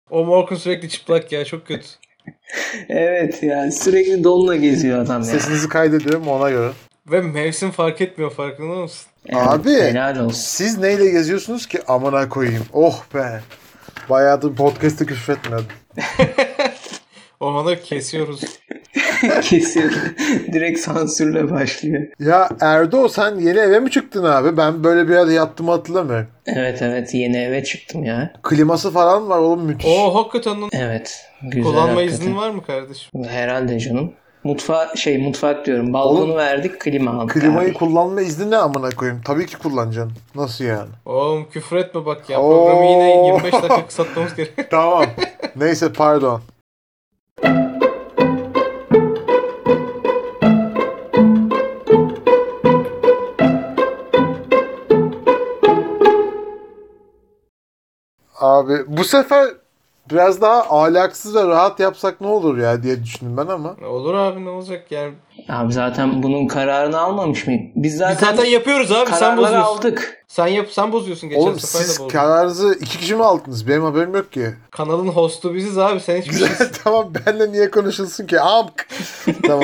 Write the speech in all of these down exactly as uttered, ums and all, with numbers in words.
O Morgan sürekli çıplak ya, çok kötü. Evet yani sürekli donla geziyor adam ya. Sesinizi kaydediyorum ona göre. Ve mevsim fark etmiyor, farkında mısın? Evet, Abi helal olsun. siz neyle geziyorsunuz ki amına koyayım? Oh be. Bayağıdır podcast'te küfretmiyordum. Onları kesiyoruz. Kesiyor. Direkt sansürle başlıyor. Ya Erdo sen yeni eve mi çıktın abi? Ben böyle bir yerde yattığımı hatırlamıyorum. Evet evet yeni eve çıktım ya. Kliması falan var oğlum müthiş. Oo hakikaten lan. Evet. Güzel Kullanma hakikaten. iznin var mı kardeşim? Herhalde canım. Mutfağı şey mutfak diyorum. Balkonu Oğlum, verdik, klima aldık. Klimayı abi. kullanma izni ne amına koyayım? Tabii ki kullanacaksın. Nasıl yani? Oğlum küfür etme bak ya. Oo. Programı yine yirmi beş dakika kısaltmamız gerekiyor. Tamam. Neyse pardon. Abi bu sefer biraz daha ahlaksız ve rahat yapsak ne olur ya diye düşündüm ben ama. Olur abi, ne olacak yani. Abi zaten bunun kararını almamış mıyım? Biz zaten, Biz zaten yapıyoruz abi, sen kararları bozuyorsun. aldık. Sen yap, sen bozuyorsun, geçen Oğlum sefer de siz bozdun. kararınızı iki kişi mi aldınız? Benim haberim yok ki. Kanalın hostu biziz abi, sen hiçbir şey. Güzel tamam, benle niye konuşulsun ki? Amk. Tamam.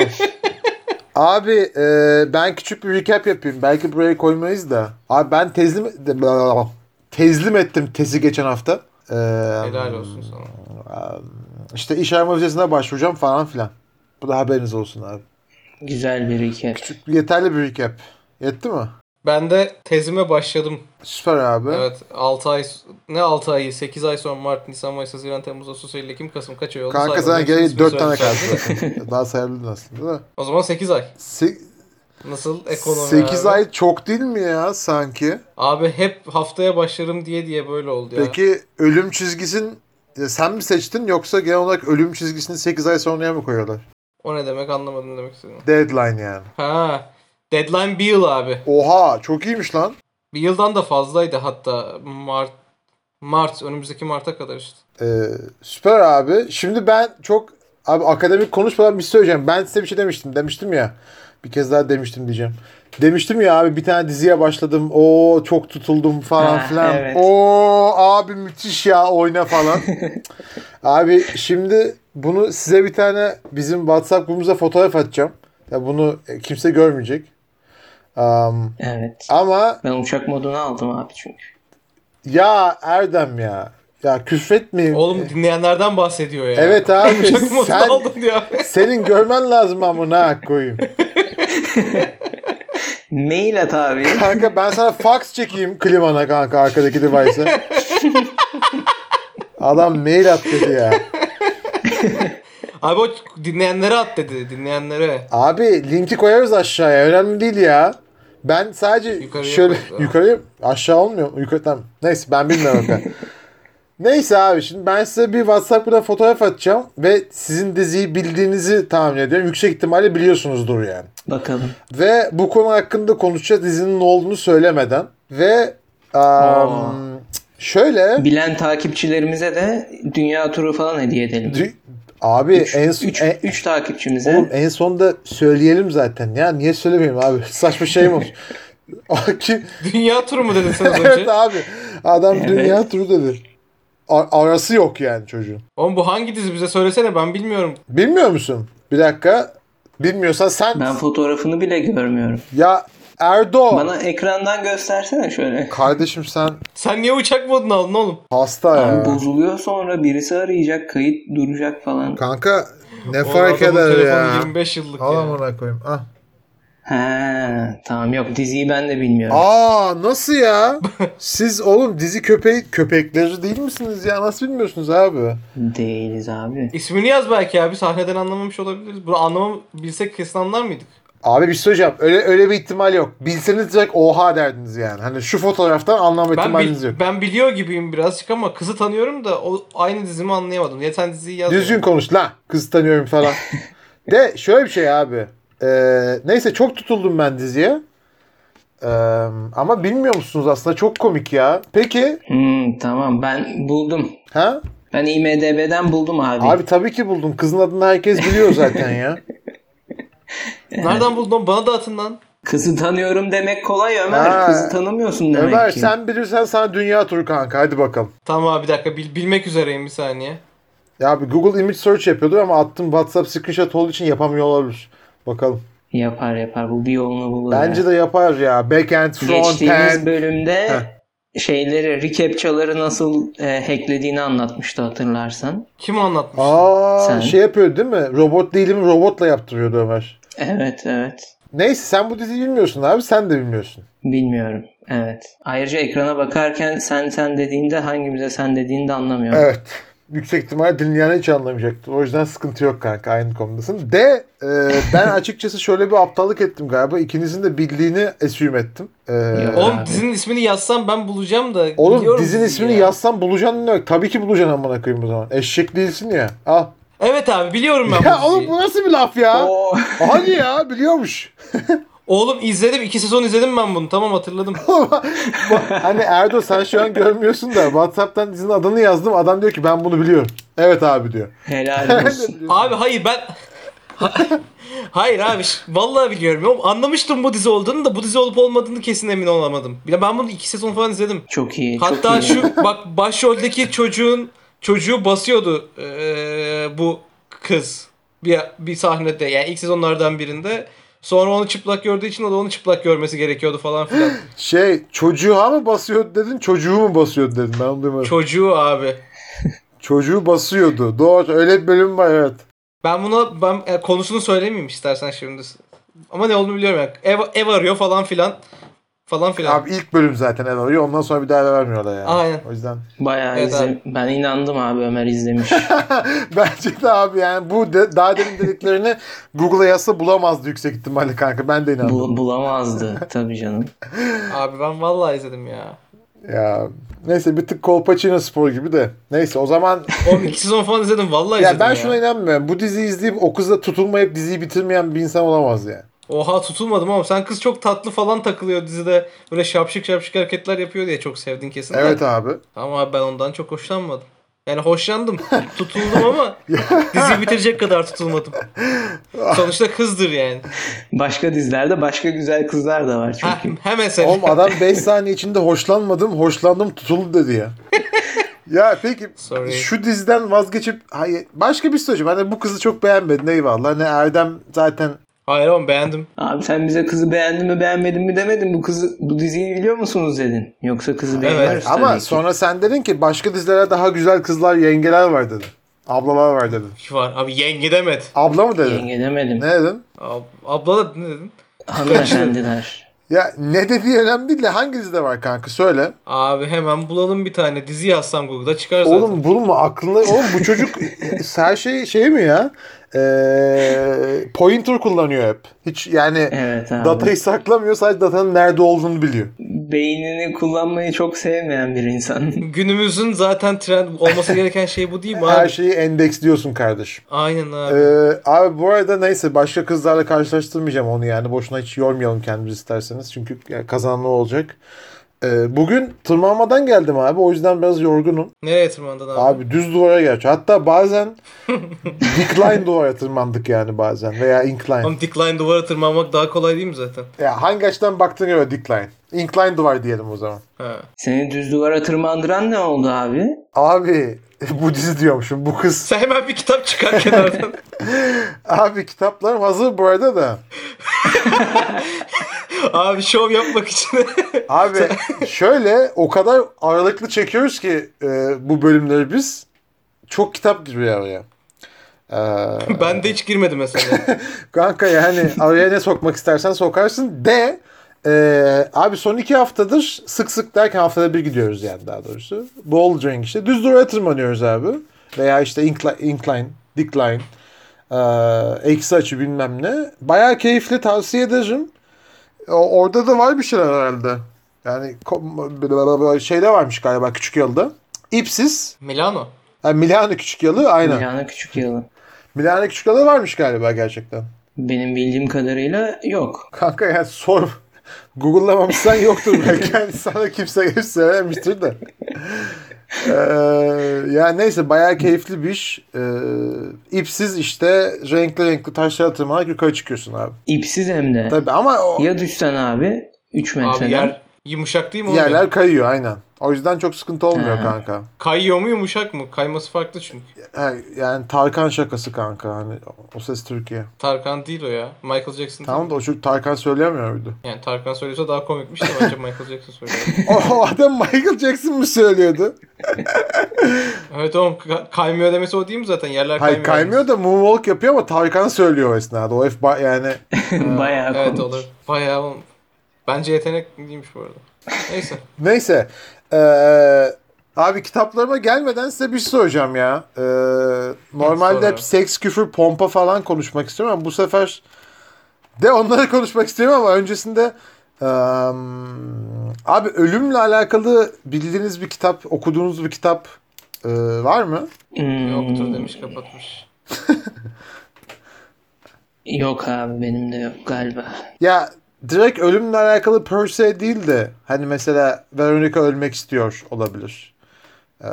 Abi e, ben küçük bir recap yapayım. Belki buraya koymayız da. Abi ben tezlim tezlim ettim tezi geçen hafta. Ee, Helal olsun sana. İşte iş arama vizesine başvuracağım falan filan. Bu da haberiniz olsun abi. Güzel bir recap. Küçük, yeterli bir recap. Yetti mi? Ben de tezime başladım. Süper abi. Evet, altı ay, ne altı ayı, sekiz ay sonra Mart, Nisan, Mayıs, Haziran, Temmuz, Ağustos, Eylül, Ekim, Kasım kaç ay oldu? Kanka saymadım. sana Hepsinin geri ismini dört tane söyledim kaldı. sadece. Daha sayabilirdin aslında da. O zaman sekiz ay. Se- Nasıl ekonomi sekiz abi? ay çok değil mi ya sanki? Abi hep haftaya başlarım diye diye böyle oldu ya. Peki ölüm çizgisin sen mi seçtin yoksa genel olarak ölüm çizgisini sekiz ay sonraya mı koyuyorlar? O ne demek, anlamadım demek istedim. Deadline yani. Ha, deadline bir yıl abi. Oha çok iyiymiş lan. Bir yıldan da fazlaydı hatta. Mart, Mart önümüzdeki Mart'a kadar işte. Ee, süper abi. Şimdi ben çok abi akademik konuşmadan bir şey söyleyeceğim. Ben size bir şey demiştim. Demiştim ya. Bir kez daha demiştim diyeceğim. Demiştim ya abi bir tane diziye başladım. Oo çok tutuldum falan Ha, filan. evet. Oo abi müthiş ya oyna falan. Abi şimdi bunu size bir tane bizim WhatsApp grubumuza fotoğraf atacağım. Ya bunu kimse görmeyecek. Um, Evet. ama Ben uçak modunu aldım abi çünkü. ya Erdem ya. Ya küfretmeyin. Oğlum dinleyenlerden bahsediyor ya. Evet abi. Çok mutlu sen, oldum diyor. senin görmen lazım amına koyayım. Mail at abi. Kanka ben sana fax çekeyim klimana kanka arkadaki device'a. Adam mail at dedi ya. Abi o dinleyenlere at dedi. Dinleyenlere. Abi linki koyarız aşağıya. Önemli değil ya. Ben sadece Yukarıya şöyle koyarız, yukarıya aşağı olmuyor mu? Yukarıdan. Neyse ben bilmiyorum. Ben. Neyse abi şimdi ben size bir WhatsApp'ta fotoğraf atacağım ve sizin diziyi bildiğinizi tahmin ediyorum. Yüksek ihtimalle biliyorsunuzdur yani. Bakalım. Ve bu konu hakkında konuşacağız dizinin ne olduğunu söylemeden. Ve um, şöyle Bilen takipçilerimize de dünya turu falan hediye edelim. dü- abi Üç, en üç, en, üç takipçimize. oğlum en sonda söyleyelim zaten. Ya niye söylemeyeyim abi? Saçma şey mi olur? Ki, Dünya turu mu dedin sen az evet önce? abi. Adam Evet. dünya turu dedi. A- arası yok yani çocuğun. Oğlum bu hangi dizi, bize söylesene, ben bilmiyorum. Bilmiyor musun? Bir dakika. Bilmiyorsan sen Ben fotoğrafını bile görmüyorum. ya Erdo. Bana ekrandan göstersene şöyle. Kardeşim sen Sen niye uçak modunu aldın oğlum? hasta ya. Abi bozuluyor sonra birisi arayacak, kayıt duracak falan. Kanka ne Oğlum fark adamın eder telefonu ya. yirmi beş yıllık Al ya. amına koyayım. Ah. He, tamam yok diziyi ben de bilmiyorum. Aa nasıl ya? Siz oğlum dizi köpeği köpekleri değil misiniz ya? Nasıl bilmiyorsunuz abi? Değiliz abi. İsmini yaz belki abi, sahneden anlamamış olabiliriz. Bunu anlamam bilsek kesin anlar mıydık? Abi bir şey söyleyeceğim. Öyle öyle bir ihtimal yok. Bilseniz direkt oha derdiniz yani. Hani şu fotoğraftan anlama Ben, ihtimaliniz bil- yok. ben biliyor gibiyim birazcık ama kızı tanıyorum da o aynı dizimi anlayamadım. Ya sen diziyi yaz. Düzgün konuş lan. Kız tanıyorum falan. De şöyle bir şey abi. Ee, neyse çok tutuldum ben diziye. Ee, ama bilmiyor musunuz aslında çok komik ya. Peki. Hmm, tamam ben buldum. Ha? Ben IMDb'den buldum abi. Abi tabii ki buldum. Kızın adını herkes biliyor zaten ya. Nereden buldun? Bana da atın lan. Kızı tanıyorum demek kolay Ömer. Ha. Kızı tanımıyorsun demek Ömer ki. sen bilirsen sana dünya turu kanka. Hadi bakalım. Tamam abi bir dakika bil- bilmek üzereyim bir saniye. Ya abi Google Image Search yapıyordur ama attığım WhatsApp screenshot olduğu için yapamıyor olabilir. Bakalım. Yapar yapar. Bu bir yolunu bulur. Bence ya. de yapar ya. Backend, Geçtiğimiz frontend. bölümde Heh. şeyleri, recaptchaları nasıl e, hacklediğini anlatmıştı hatırlarsan. Kim anlatmış? Aa Sen. şey yapıyor değil mi? Robot değilim robotla yaptırıyordu Ömer. Evet evet. Neyse sen bu diziyi bilmiyorsun abi. Sen de bilmiyorsun. Bilmiyorum. Evet. Ayrıca ekrana bakarken sen sen dediğinde hangimize sen dediğini de anlamıyorum. Evet. Yüksek ihtimalle dinleyen hiç anlamayacaktır. O yüzden sıkıntı yok kanka. Aynı konudasın. De e, ben açıkçası şöyle bir aptallık ettim galiba. İkinizin de bildiğini assume ettim. E, Yok. Oğlum abi. dizinin ismini yazsam ben bulacağım da. Oğlum biliyorum dizinin diziyi ismini ya. yazsam bulacaksın ne demek? Tabii ki bulacaksın amına koyayım o zaman. Eşek değilsin ya. Al. Evet abi biliyorum ben Ya bu oğlum diziyi. bu nasıl bir laf ya? Oo. Hadi ya biliyormuş. Oğlum izledim. iki sezon izledim ben bunu. Tamam hatırladım. Hani Erdo sen şu an görmüyorsun da WhatsApp'tan dizinin adını yazdım. Adam diyor ki ben bunu biliyorum. Evet abi diyor. Helal olsun. Abi hayır ben... Hayır abi ş- vallahi biliyorum. Oğlum, anlamıştım bu dizi olduğunu da bu dizi olup olmadığını kesin emin olamadım. Bir de ben bunu iki sezon falan izledim. Çok iyi. çok Hatta iyi. şu bak başroldeki çocuğun çocuğu basıyordu eee, bu kız bir bir sahnede yani ilk sezonlardan birinde. Sonra onu çıplak gördüğü için o da onu çıplak görmesi gerekiyordu falan filan. Şey çocuğa mı basıyordu dedin çocuğu mu basıyordu dedin ben onu duymadım. Çocuğu abi. Çocuğu basıyordu. Doğru öyle bir bölüm var evet. Ben buna ben e, konusunu söylemeyeyim istersen şimdi. Ama ne olduğunu biliyorum yani. Ev, ev arıyor falan filan. Falan filan. Abi ilk bölüm zaten el arıyor ondan sonra bir daha el vermiyorlar yani. Aynen. O yüzden. Bayağı Evet izle... abi. Ben inandım abi Ömer izlemiş. Bence de abi yani bu de, daha demin dediklerini Google'a yazsa bulamazdı yüksek ihtimalle kanka ben de inandım. Bu, bulamazdı tabii canım. Abi ben vallahi izledim ya. Ya neyse bir tık Kolpaçino spor gibi de. Neyse o zaman Oğlum iki sezon falan izledim vallahi ya izledim ben ya. şuna inanmıyorum. Bu diziyi izleyip o kızla tutulmayıp diziyi bitirmeyen bir insan olamaz yani. Oha tutulmadım ama sen kız çok tatlı falan takılıyor dizide. Böyle şapşık şapşık hareketler yapıyor diye çok sevdin kesin de. Evet abi. Ama abi ben ondan çok hoşlanmadım. Yani hoşlandım. Tutuldum ama diziyi bitirecek kadar tutulmadım. Sonuçta kızdır yani. Başka dizilerde başka güzel kızlar da var Ha, çünkü. hemen sen. Oğlum adam beş saniye içinde hoşlanmadım, hoşlandım tutuldu dedi ya. Ya peki Sorry. şu diziden vazgeçip hayır, başka bir şey söyleyeceğim. Hani bu kızı çok beğenmedin eyvallah. Ne Erdem zaten Hayır oğlum beğendim. Abi sen bize kızı beğendin mi beğenmedin mi demedin. Bu kızı bu diziyi biliyor musunuz dedin. Yoksa kızı beğeniyoruz tabii ama ki. sonra sen dedin ki başka dizilere daha güzel kızlar, yengeler var dedin. Ablalar var dedin. Var. Abi yenge demedi. Abla mı dedin? Yenge demedim. Ne dedin? Ab- abla da ne dedin? Hanımefendiler. Ya ne dediği önemli değil de hangi dizide var kanka söyle. Abi hemen bulalım bir tane. Dizi yazsam Google'da çıkar zaten. Oğlum bulma aklında. Oğlum bu çocuk her şey şey mi ya? Ee, pointer kullanıyor hep. Hiç yani Evet abi. datayı saklamıyor sadece datanın nerede olduğunu biliyor. Beynini kullanmayı çok sevmeyen bir insan. Günümüzün zaten trend olması gereken şey bu değil mi abi? Her şeyi endeksliyorsun kardeşim. Aynen abi. Ee, abi bu arada neyse başka kızlarla karşılaştırmayacağım onu yani. Boşuna hiç yormayalım kendimizi isterseniz. Çünkü kazanan o olacak. Ee, bugün tırmanmadan geldim abi. O yüzden biraz yorgunum. Nereye tırmandın abi? Abi düz duvara geç. Hatta bazen decline duvara tırmandık yani bazen. Veya incline. Oğlum decline duvara tırmanmak daha kolay değil mi zaten? Ya hangi açıdan baktığına göre decline. Incline duvar diyelim o zaman. Ha. Seni düz duvara tırmandıran ne oldu abi? Abi bu dizi diyormuşum. Bu kız. Sen hemen bir kitap çıkar kenardan. Abi kitaplarım hazır bu arada da. Abi şov yapmak için. Abi şöyle o kadar aralıklı çekiyoruz ki e, bu bölümleri biz. Çok kitap giriyor araya. Ee, Ben de hiç girmedim mesela. kanka yani araya ne sokmak istersen sokarsın. De e, abi son iki haftadır sık sık derken haftada bir gidiyoruz yani daha doğrusu. Bouldering işte. Düz duvara tırmanıyoruz abi. Veya işte incline, incline decline, e, eksi açı bilmem ne. Bayağı keyifli tavsiye ederim. O- Orada da var bir şeyler herhalde. Yani ko- şeyde varmış galiba küçük yılda. İpsiz. Milano. Yani Milano küçük yalı aynen. Milano küçük yalı. Milano küçük yalı varmış galiba gerçekten. Benim bildiğim kadarıyla yok. Kanka yani sor. Google'lamamışsan yoktur belki. Yani sana kimse gelip söylemiştir de. Ee, yani neyse bayağı keyifli bir iş. Ee, ipsiz işte renkli renkli taşlara tırmanarak yukarı çıkıyorsun abi. İpsiz hem de. Tabii ama o Ya düşsen abi üç metreden. Abi yer yumuşak değil mi oğlum? yerler kayıyor aynen. O yüzden çok sıkıntı olmuyor Ha. kanka. Kayıyor mu yumuşak mı? Kayması farklı çünkü. Ha, yani Tarkan şakası kanka. Hani o ses Türkiye. Tarkan değil o ya. Michael Jackson Tamam değil. da o çocuk Tarkan söyleyemiyor muydu? Yani Tarkan söylüyorsa daha komikmiş de bence Michael Jackson söylüyor. O adam Michael Jackson mı söylüyordu? Evet oğlum ka- kaymıyor demesi o değil mi zaten? Yerler Hayır kaymıyor. kaymıyor da moonwalk yapıyor ama Tarkan söylüyor o esnada. O F ba- yani Bayağı Evet komik. olur. Bayağı oğlum. Bence yetenekliymiş bu arada. Neyse. neyse. Ee, abi kitaplarıma gelmeden size bir şey soracağım ya. Ee, normalde Sor hep abi. seks, küfür, pompa falan konuşmak istiyorum ama bu sefer de onları konuşmak istiyorum ama öncesinde eee, abi ölümle alakalı bildiğiniz bir kitap, okuduğunuz bir kitap eee, var mı? Hmm, Yoktur demiş kapatmış. Yok abi benim de yok galiba. Ya direkt ölümle alakalı per se değil de hani mesela Veronica ölmek istiyor olabilir. Eee,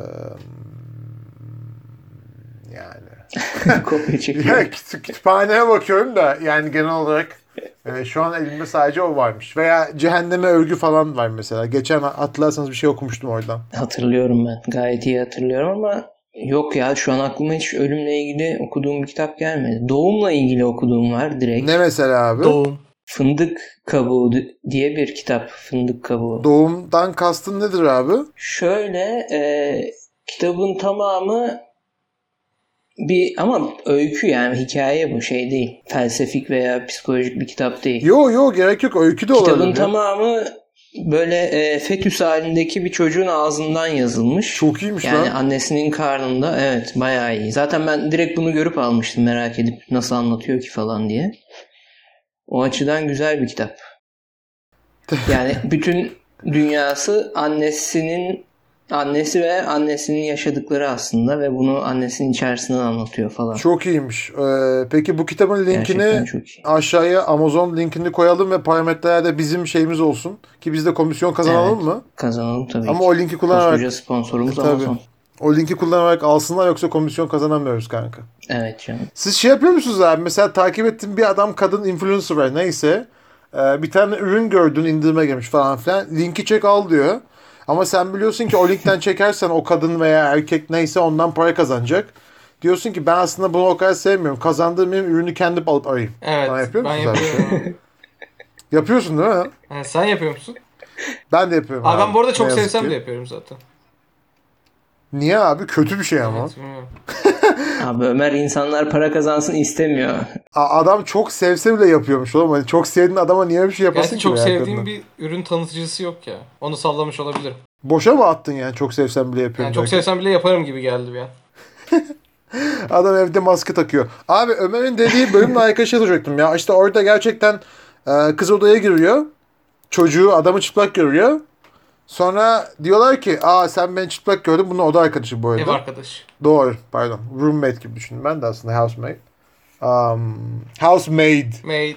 yani. Kopya Ya çekiyor. kütü- kütüphaneye bakıyorum da yani genel olarak e, şu an elimde sadece o varmış. Veya Cehenneme Övgü falan var mesela. Geçen hatırlarsanız bir şey okumuştum oradan. Hatırlıyorum ben. Gayet iyi hatırlıyorum ama yok ya şu an aklıma hiç ölümle ilgili okuduğum bir kitap gelmedi. Doğumla ilgili okuduğum var direkt. Ne mesela abi? Doğum. Fındık Kabuğu di- diye bir kitap. Fındık Kabuğu. Doğumdan kastın nedir abi? Şöyle e, kitabın tamamı bir ama öykü yani hikaye bu şey değil. Felsefik veya psikolojik bir kitap değil. Yo yo gerek yok. Öykü de Kitabın olabilir. tamamı böyle e, fetüs halindeki bir çocuğun ağzından yazılmış. Çok iyiymiş Yani lan. annesinin karnında evet bayağı iyi. Zaten ben direkt bunu görüp almıştım merak edip nasıl anlatıyor ki falan diye. O açıdan güzel bir kitap. Yani bütün dünyası annesinin annesi ve annesinin yaşadıkları aslında ve bunu annesinin içerisinden anlatıyor falan. Çok iyiymiş. Ee, peki bu kitabın Gerçekten linkini çok iyi. aşağıya Amazon linkini koyalım ve parametrelerde bizim şeyimiz olsun. Ki biz de komisyon kazanalım Evet. mı? Kazanalım tabii Ama ki. o linki kullanarak Koskoca sponsorumuz Tabii. Amazon. o linki kullanarak alsınlar yoksa komisyon kazanamıyoruz kanka. Evet canım. Siz şey yapıyor musunuz abi? Mesela takip ettiğin bir adam kadın influencer var neyse. Ee, bir tane ürün gördün indirime girmiş falan filan. Linki çek al diyor. Ama sen biliyorsun ki o linkten çekersen o kadın veya erkek neyse ondan para kazanacak. Diyorsun ki ben aslında bunu o kadar sevmiyorum. Kazandığım benim ürünü kendim alıp arayayım. Evet. Sen yapıyor Ben musun abi? yapıyorum. Yapıyorsun değil mi? Ha, sen yapıyor musun? Ben de yapıyorum Abi abi. ben bu arada çok Ne yazık sevsem ki. de yapıyorum zaten. Niye abi? Kötü bir şey ama. Evet, bilmiyorum. Abi Ömer insanlar para kazansın istemiyor. A- Adam çok sevse bile yapıyormuş oğlum. Hani çok sevdiğin adama niye bir şey yapasın Gerçi ki? çok veya sevdiğim kadına? bir ürün tanıtıcısı yok ya. Onu sallamış olabilirim. Boşa mı attın yani çok sevsem bile yapıyorum. Yani çok derken? sevsem bile yaparım gibi geldi bir an. Adam evde maske takıyor. Abi Ömer'in dediği bölümle alakalı şey soracaktım ya. İşte orada gerçekten e, kız odaya giriyor. Çocuğu adamı çıplak görüyor. Sonra diyorlar ki aa sen beni çıplak gördün. Bunun oda arkadaşı bu arada. Ev arkadaş. Doğru pardon. Roommate gibi düşündüm ben de aslında housemate. Um, housemaid. Made.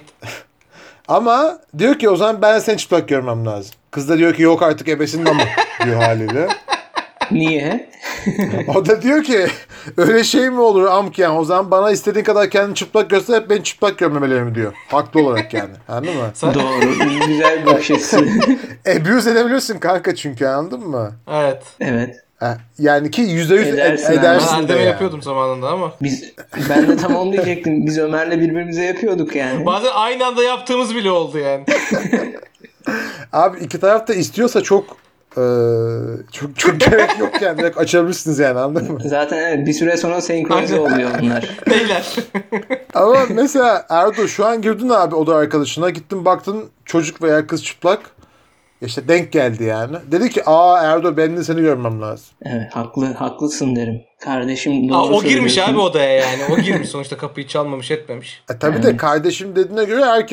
Ama diyor ki o zaman ben seni çıplak görmem lazım. Kız da diyor ki yok artık ebesin ama diyor haliyle. Niye? O da diyor ki öyle şey mi olur amk yani o zaman bana istediğin kadar kendini çıplak göster hep beni çıplak görmemelerimi diyor. Haklı olarak yani anladın mı? Sen... Doğru. Güzel bir bakış açısı. Abuse edebiliyorsun kanka çünkü anladın mı? Evet. Evet. Ha, yani ki yüzde yüz Edersin ed- abi. Ben edersin de anneme yani. yapıyordum zamanında ama. Biz ben de tam onu diyecektim. Biz Ömer'le birbirimize yapıyorduk yani. Bazen aynı anda yaptığımız bile oldu yani. Abi iki taraf da istiyorsa çok eee, çok çok gerek yok yani. Direkt açabilirsiniz yani anladın mı? Zaten evet bir süre sonra senkronize Aynen. oluyor bunlar. Beyler. Ama mesela Erdo şu an girdin abi oda arkadaşına gittin baktın çocuk veya kız çıplak. İşte denk geldi yani. Dedi ki aa Erdo ben de seni görmem lazım. Evet haklı haklısın derim. Kardeşim doğru Aa, o girmiş söylüyorsun. abi odaya yani. O girmiş sonuçta kapıyı çalmamış etmemiş. E tabii de kardeşim dediğine göre erkek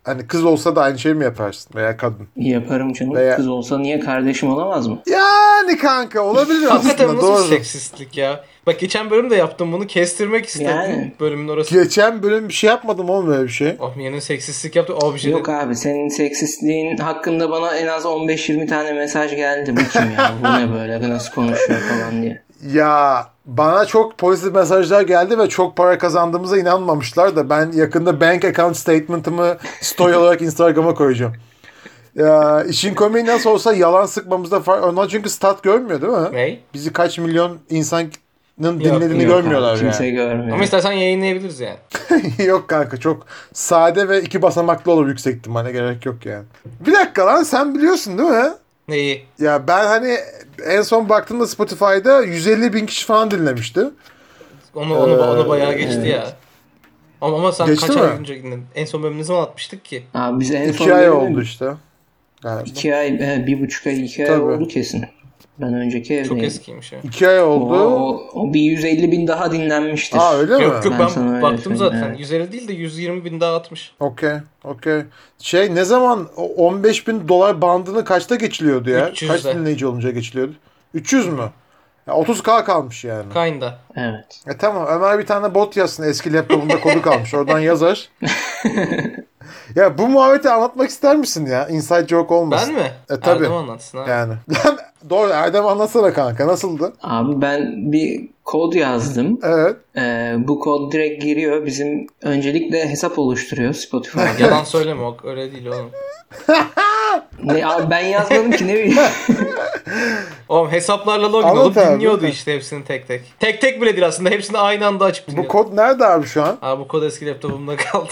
Hani kız olsa da aynı şeyi mi yaparsın veya kadın? Yaparım canım. Veya- Kız olsa niye kardeşim olamaz mı? Yani kanka olabilir Hakikaten aslında nasıl doğru. bir seksistlik ya. Bak geçen bölümde yaptım bunu. Kestirmek istedim Yani. bölümün orası. Geçen bölüm bir şey yapmadım oğlum böyle bir şey. Oh yeni seksistlik yaptı. Obje. Yok abi, senin seksistliğin hakkında bana en az on beş yirmi tane mesaj geldi. Bu kim ya? Bu ne böyle? Nasıl konuşuyor falan diye. Ya bana çok pozitif mesajlar geldi ve çok para kazandığımıza inanmamışlar da ben yakında bank account statement'ımı story olarak Instagram'a koyacağım. Ya işin komiği nasıl olsa yalan sıkmamızda fark. Onlar çünkü stat görmüyor değil mi? Ne? Bizi kaç milyon insanın dinlediğini Yok görmüyorlar abi, kimse yani. görmüyor. Ama istersen yayınlayabiliriz yani. Yok kanka, çok sade ve iki basamaklı olur yüksek ihtimalle, gerek yok yani. Bir dakika lan, sen biliyorsun değil mi? Neyi? Ya ben hani en son baktığımda Spotify'da yüz elli bin kişi falan dinlemişti. Onu onu, Ee, onu bayağı geçti evet. ya. Ama, ama sen Geçti kaç mi? ay önce dinledin? En son bölümü ne zaman atmıştık ki? Abi biz en son İki ay bölümü- oldu işte. Galiba. İki ay, e, bir buçuk ay, iki ay Tabii. oldu kesin. Ben önceki evdeyim. Çok eskiymiş ya. İki ay O, oldu. o, o bir yüz elli bin daha dinlenmiştir. Aa öyle mi? Yok yok Ben sana ben öyle baktım söyleyeyim, zaten. evet. yüz elli değil de yüz yirmi bin daha atmış. Okey. Okey. Şey, ne zaman o on beş bin dolar bandını kaçta geçiliyordu ya? üç yüzde. Kaç dinleyici olunca geçiliyordu? üç yüz mü? Ya otuz bin kalmış yani. Kinda. Evet. E tamam, Ömer bir tane bot yazsın, eski laptopunda kodu kalmış. Oradan yazar. Ya bu muhabbeti anlatmak ister misin ya? Inside joke olmasın. Ben mi? E, tabii. Erdem anlatsın ha. Yani. Doğru, Erdem anlatsana kanka, nasıldı? Abi ben bir kod yazdım. Evet. Ee, bu kod direkt giriyor. Bizim öncelikle hesap oluşturuyor Spotify'da. Yalan söyleme o öyle değil oğlum. ne, abi ben yazmadım ki, ne bileyim. Oğlum hesaplarla login Anlat olup abi, dinliyordu lütfen. işte hepsini tek tek. Tek tek bile değil aslında, hepsini aynı anda açıp Bu dinliyordu. kod nerede abi şu an? Abi bu kod eski laptopumda kaldı.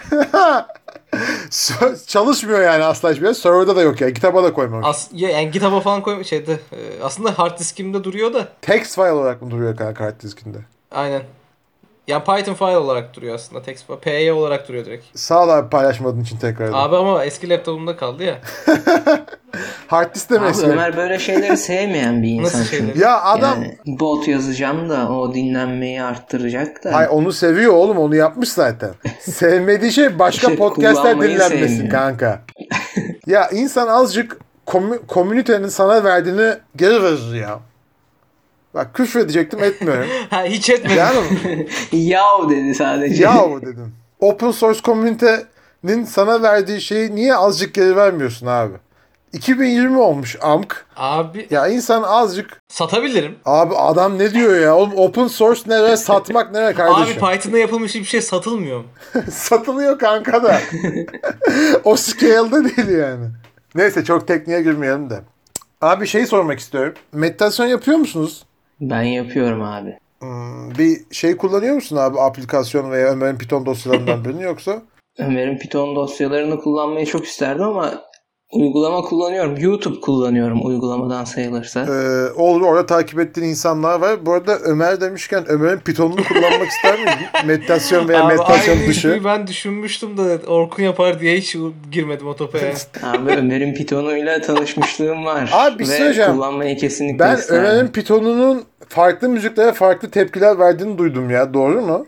Çalışmıyor yani asla hiçbir yer. Server'da da yok ya. Kitaba da koymamış. As ya, yani GitHub'a falan koymuş şeyde. e, Aslında hard diskimde duruyor da. Text file olarak mı duruyor kanka hard diskinde? Aynen. Yani Python file olarak duruyor aslında. Text P Y olarak duruyor direkt. Sağ ol abi paylaşmadığın için tekrar. Abi ama eski laptopumda kaldı ya. Hard disk de mi Abi eski? Ömer böyle şeyleri sevmeyen bir insan. Nasıl şeyleri? çünkü. Ya adam Yani bot yazacağım da o dinlenmeyi arttıracak da. Hay onu seviyor oğlum, onu yapmış zaten. Sevmediği şey başka İşte podcastler kullanmayı dinlenmesi sevmiyor. kanka. Ya insan azıcık komü- komünitenin sana verdiğini geri verir ya. Bak küfür edecektim, etmiyorum. Ha hiç etmedim. Yani Yav dedi sadece. yahu dedim. Open source komünitenin sana verdiği şeyi niye azıcık geri vermiyorsun abi? iki bin yirmi olmuş amk. Abi Ya insan azıcık, satabilirim. abi adam ne diyor ya? Oğlum open source nere, satmak nere kardeşim? Abi Python'da yapılmış hiçbir şey satılmıyor mu? Satılıyor kanka da. O scale'da değil yani. Neyse çok tekniğe girmeyelim de. Abi şey sormak istiyorum. Meditasyon yapıyor musunuz? Ben yapıyorum abi. Hmm, bir şey kullanıyor musun abi? Aplikasyon veya Ömer'in Python dosyalarından birini yoksa? Ömer'in Python dosyalarını kullanmayı çok isterdim ama uygulama kullanıyorum. YouTube kullanıyorum uygulamadan sayılırsa. Ee, olur, orada takip ettiğin insanlar var. Bu arada Ömer demişken Ömer'in Python'unu kullanmak ister miydin? Meditasyon veya Abi meditasyon aynı dışı. ismi ben düşünmüştüm de Orkun yapar diye hiç girmedim o topa yani. Abi Ömer'in Python'uyla tanışmışlığım var. Abi bir şey Ve söyleyeceğim. kullanmayı kesinlikle Ben isterdim. Ömer'in Python'unun farklı müziklere farklı tepkiler verdiğini duydum ya. Doğru mu?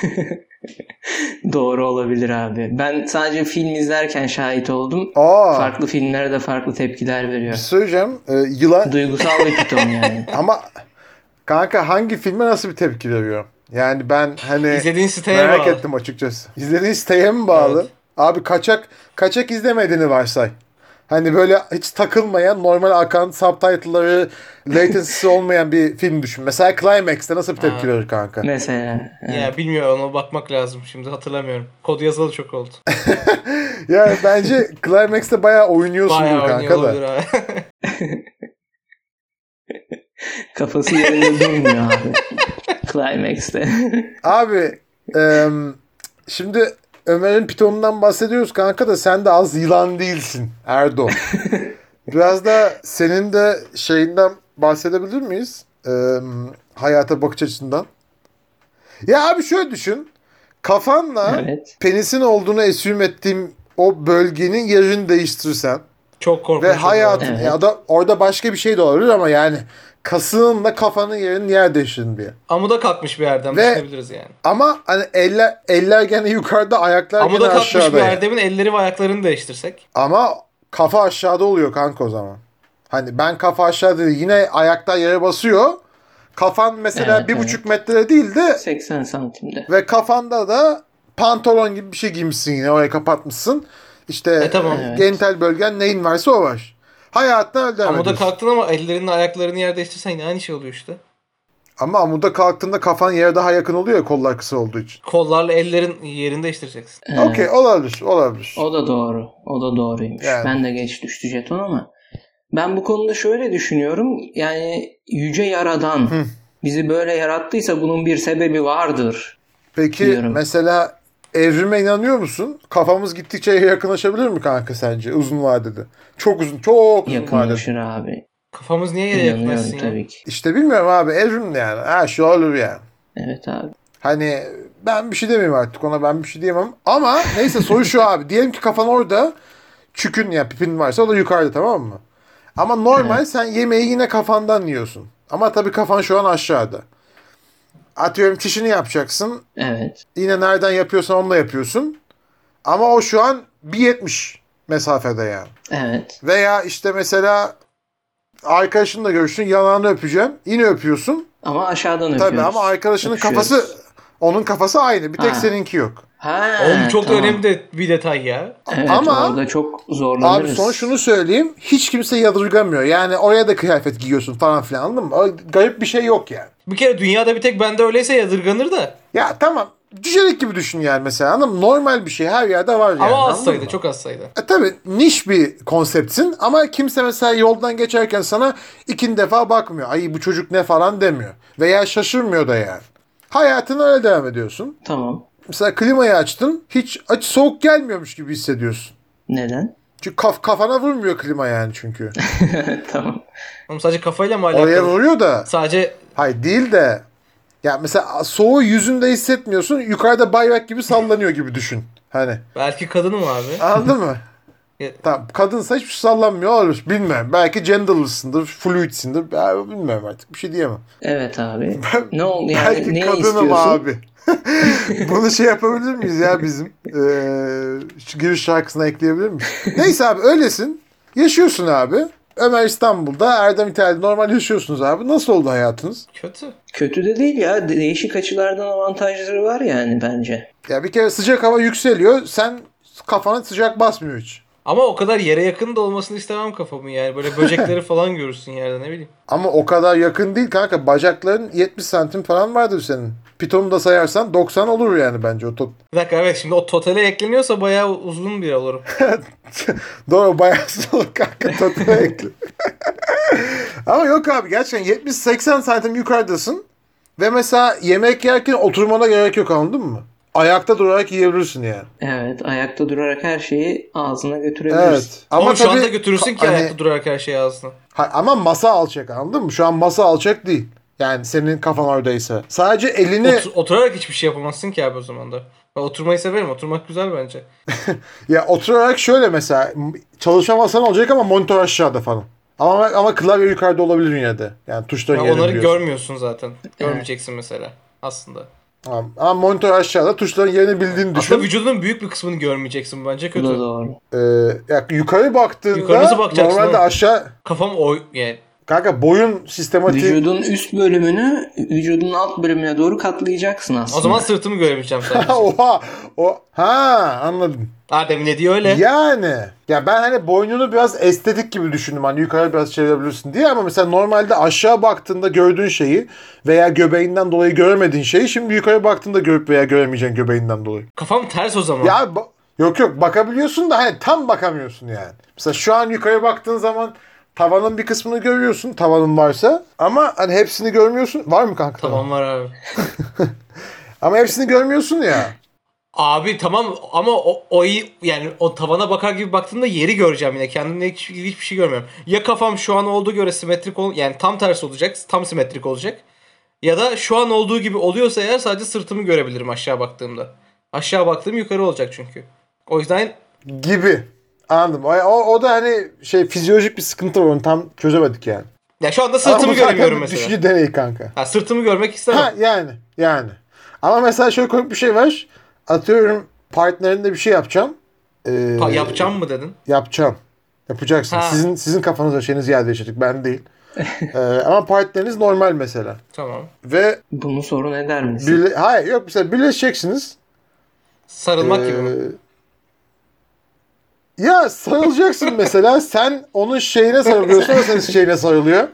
Doğru olabilir abi. Ben sadece film izlerken şahit oldum. Aa. Farklı filmlere de farklı tepkiler Bir veriyor. şey söyleyeceğim. Ee, yılan... Duygusal bir Python yani. Ama kanka hangi filme nasıl bir tepki veriyor? Yani ben hani İzlediğin siteye merak bağlı. ettim açıkçası. İzlediğin siteye mi bağlı? Evet. Abi kaçak kaçak izlemediğini varsay. Hani böyle hiç takılmayan, normal akan, subtitle'ları, latency'si olmayan bir film düşün. Mesela Climax'te nasıl bir tepki Ha. verir kanka? Mesela. evet. Ya bilmiyorum, ona bakmak lazım. Şimdi hatırlamıyorum. Kod yazalı çok oldu. Yani bence Climax'te bayağı oynuyorsun Bayağı kanka oynuyor da. olabilir abi. Kafası yerinde durmuyor abi. Climax'te. Abi em, şimdi Ömer'in Python'undan bahsediyoruz kanka da sen de az yılan değilsin Erdo. Biraz da senin de şeyinden bahsedebilir miyiz? Em, hayata bakış açısından. Ya abi şöyle düşün. Kafanla Evet. penisin olduğunu assume ettiğim o bölgenin yerini değiştirirsen Çok korkunç. ve hayatın Evet. ya da orada başka bir şey de olabilir ama yani kasığınla kafanın yerini yer değiştirdin bir. Amuda kalkmış bir yerden Ve- düşünebiliriz yani. Ama hani eller eller gene yukarıda, ayaklar Amuda gene kalkmış aşağıda. bir yani. Erdem'in elleri ve ayaklarını değiştirsek. Ama kafa aşağıda oluyor kanka o zaman. Hani ben kafa aşağıda değil, yine ayaklar yere basıyor. Kafan mesela Evet, bir evet. buçuk metre değil de seksen santimde. ve kafanda da pantolon gibi bir şey giymişsin, yine oraya kapatmışsın. İşte E, tamam. Evet. genital bölgen neyin varsa o var. Hayatına öyle devam Amuda ediyorsun. kalktın ama ellerini ayaklarını yer değiştirsen yine aynı şey oluyor işte. Ama amuda kalktığında kafan yere daha yakın oluyor ya, kollar kısa olduğu için. Kollarla ellerin yerini değiştireceksin. Evet. Okey, olabilir, olabilir. O da doğru. O da doğruymuş. Yani. Ben de geç düştü jeton ama ben bu konuda şöyle düşünüyorum. Yani yüce yaradan Hı. bizi böyle yarattıysa bunun bir sebebi vardır. Peki Diyorum. mesela evrime inanıyor musun? Kafamız gittikçe yakınlaşabilir mi kanka sence uzun vadede? Çok uzun, çok uzun vadede. Yakınlaşır abi. Kafamız niye yere İnanıyorum yaklaşsın ya? tabii ki. İşte bilmiyorum abi, evrim yani. Ha şu olur yani. Evet abi. Hani ben bir şey demeyeyim artık ona, ben bir şey diyemem. Ama neyse, soru şu abi. Diyelim ki kafan orada, çükün ya pipin varsa o da yukarıda, tamam mı? Ama normal Evet. sen yemeği yine kafandan yiyorsun. Ama tabii kafan şu an aşağıda. Atıyorum çişini yapacaksın. Evet. Yine nereden yapıyorsan onunla yapıyorsun. Ama o şu an bir yetmiş mesafede yani. Evet. Veya işte mesela arkadaşınla görüştün, yanağını öpeceksin. Yine öpüyorsun. Ama aşağıdan öpüyoruz. Tabii ama arkadaşının Öpüşüyoruz. kafası, onun kafası aynı. Bir tek Ha. seninki yok. Ha, Oğlum çok da tamam. önemli de bir detay ya. Evet, Ama- orada çok zorlanırız. Abi son şunu söyleyeyim. Hiç kimse yadırgamıyor. Yani oraya da kıyafet giyiyorsun falan filan, anladın mı? O garip bir şey yok yani. Bir kere dünyada bir tek bende öyleyse yadırganır da. Ya tamam. Cücelik gibi düşün yani mesela, anladın mı? Normal bir şey her yerde var yani. Ama az anladın sayıda, mı? çok az sayıda. E tabii niş bir konseptsin ama kimse mesela yoldan geçerken sana ikinci defa bakmıyor. Ay bu çocuk ne falan demiyor. Veya şaşırmıyor da yani. Hayatına öyle devam ediyorsun. Tamam. Mesela klimayı açtın. Hiç aç soğuk gelmiyormuş gibi hissediyorsun. Neden? Çünkü kaf kafana vurmuyor klima yani çünkü. Tamam. Oğlum sadece kafayla mı Oraya alakalı? vuruyor da. Sadece Hayır değil de. Ya mesela soğuğu yüzünde hissetmiyorsun. Yukarıda bayrak gibi sallanıyor gibi düşün. Hani. belki kadınım abi. Anladın mı? Ya- Tamam, kadınsa hiçbir şey sallanmıyor olur. Bilmem. Belki genderlısındır, fluidsindir. Ben bilmiyorum artık. Bir şey diyemem. Evet abi. Ne oldu yani? Belki Ne kadınım istiyorsun? abi. Bunu şey yapabilir miyiz ya bizim? Ee, şu giriş şarkısına ekleyebilir miyiz? Neyse abi, öylesin. Yaşıyorsun abi. Ömer İstanbul'da, Erdem İtalya'da normal yaşıyorsunuz abi. Nasıl oldu hayatınız? Kötü. Kötü de değil ya. De- Değişik açılardan avantajları var yani bence. Ya bir kere sıcak hava yükseliyor. Sen kafana sıcak basmıyor hiç. Ama o kadar yere yakın da olmasını istemem kafamın yani. Böyle böcekleri falan görürsün yerde, ne bileyim. Ama o kadar yakın değil kanka. Bacakların yetmiş santim falan vardır senin. Pitonu da sayarsan doksan olur yani bence o top. Bir dakika, evet, şimdi o totale ekleniyorsa bayağı uzun bir olurum. Doğru, bayağı soğuk kanka, tadına ekle. Ama yok abi, gerçekten yetmiş seksen santim yukarıdasın. Ve mesela yemek yerken oturmana gerek yok, anladın mı? Ayakta durarak yiyebilirsin yani. Evet. Ayakta durarak her şeyi ağzına götürebiliriz. Evet. Ama, Ama şu anda tabii götürürsün ki hani- ayakta durarak her şeyi ağzına. Ha, ama masa alçak, anladın mı? Şu an masa alçak değil. Yani senin kafan oradaysa. Sadece elini... Otur- oturarak hiçbir şey yapamazsın ki abi o zaman da. Ben oturmayı severim. Oturmak güzel bence. Ya oturarak şöyle mesela, çalışma masan olacak ama monitör aşağıda falan. Ama ama klavye yukarıda olabilir yine de. Yani tuşların Ya yerini onları biliyorsun. görmüyorsun zaten. Görmeyeceksin mesela aslında. Tamam. Ama monitör aşağıda, tuşların yerini bildiğini düşün. Aslında vücudunun büyük bir kısmını görmeyeceksin bence, Bu kötü. da doğru. Ee, ya yukarı baktığında Yukarı nasıl bakacaksın normalde oğlum? aşağı, Kafam o yani. kanka boyun sistematik. Vücudun üst bölümünü vücudun alt bölümüne doğru katlayacaksın aslında. O zaman sırtımı görebileceğim sadece. Oha. O ha, anladım. Adem ne diyor öyle? Yani ya ben hani boynunu biraz estetik gibi düşündüm, hani yukarı biraz çevirebilirsin diye, ama mesela normalde aşağı baktığında gördüğün şeyi veya göbeğinden dolayı göremediğin şeyi şimdi yukarı baktığında görüp veya göremeyeceğin göbeğinden dolayı. Kafam ters o zaman. Ya ba- yok yok, bakabiliyorsun da hani tam bakamıyorsun yani. Mesela şu an yukarı baktığın zaman tavanın bir kısmını görüyorsun, tavanın varsa, ama hani hepsini görmüyorsun. Var mı kanka? Tamam, var abi. Ama hepsini görmüyorsun ya. Abi tamam ama o, o iyi, yani o tavana bakar gibi baktığımda yeri göreceğim yine. Kendimle hiç, hiçbir şey görmüyorum. Ya kafam şu an olduğu göre simetrik ol, yani tam tersi olacak. Tam simetrik olacak. Ya da şu an olduğu gibi oluyorsa eğer sadece sırtımı görebilirim aşağı baktığımda. Aşağı baktığım yukarı olacak çünkü. O yüzden Gibi. Anladım. O, o, o da hani şey, fizyolojik bir sıkıntı var, onu tam çözemedik yani. Ya şu anda Ama sırtımı bu zaten göremiyorum bir mesela. düşünce deneyi kanka. Ha, sırtımı görmek istemem. Ha yani yani. Ama mesela şöyle komik bir şey var. Atıyorum partnerinde bir şey yapacağım. Ee, Pa- yapacağım mı dedin? Yapacağım. Yapacaksın. Ha. Sizin sizin kafanızda şeyiniz yer değişecek. Ben değil. ee, ama partneriniz normal mesela. Tamam. Ve Bunu sorun eder misin? birle- hayır yok mesela birleşeceksiniz. Sarılmak Ee, gibi mi? Ya sarılacaksın mesela. Sen onun şeyine sarılıyorsun. O senin şeyine sarılıyor.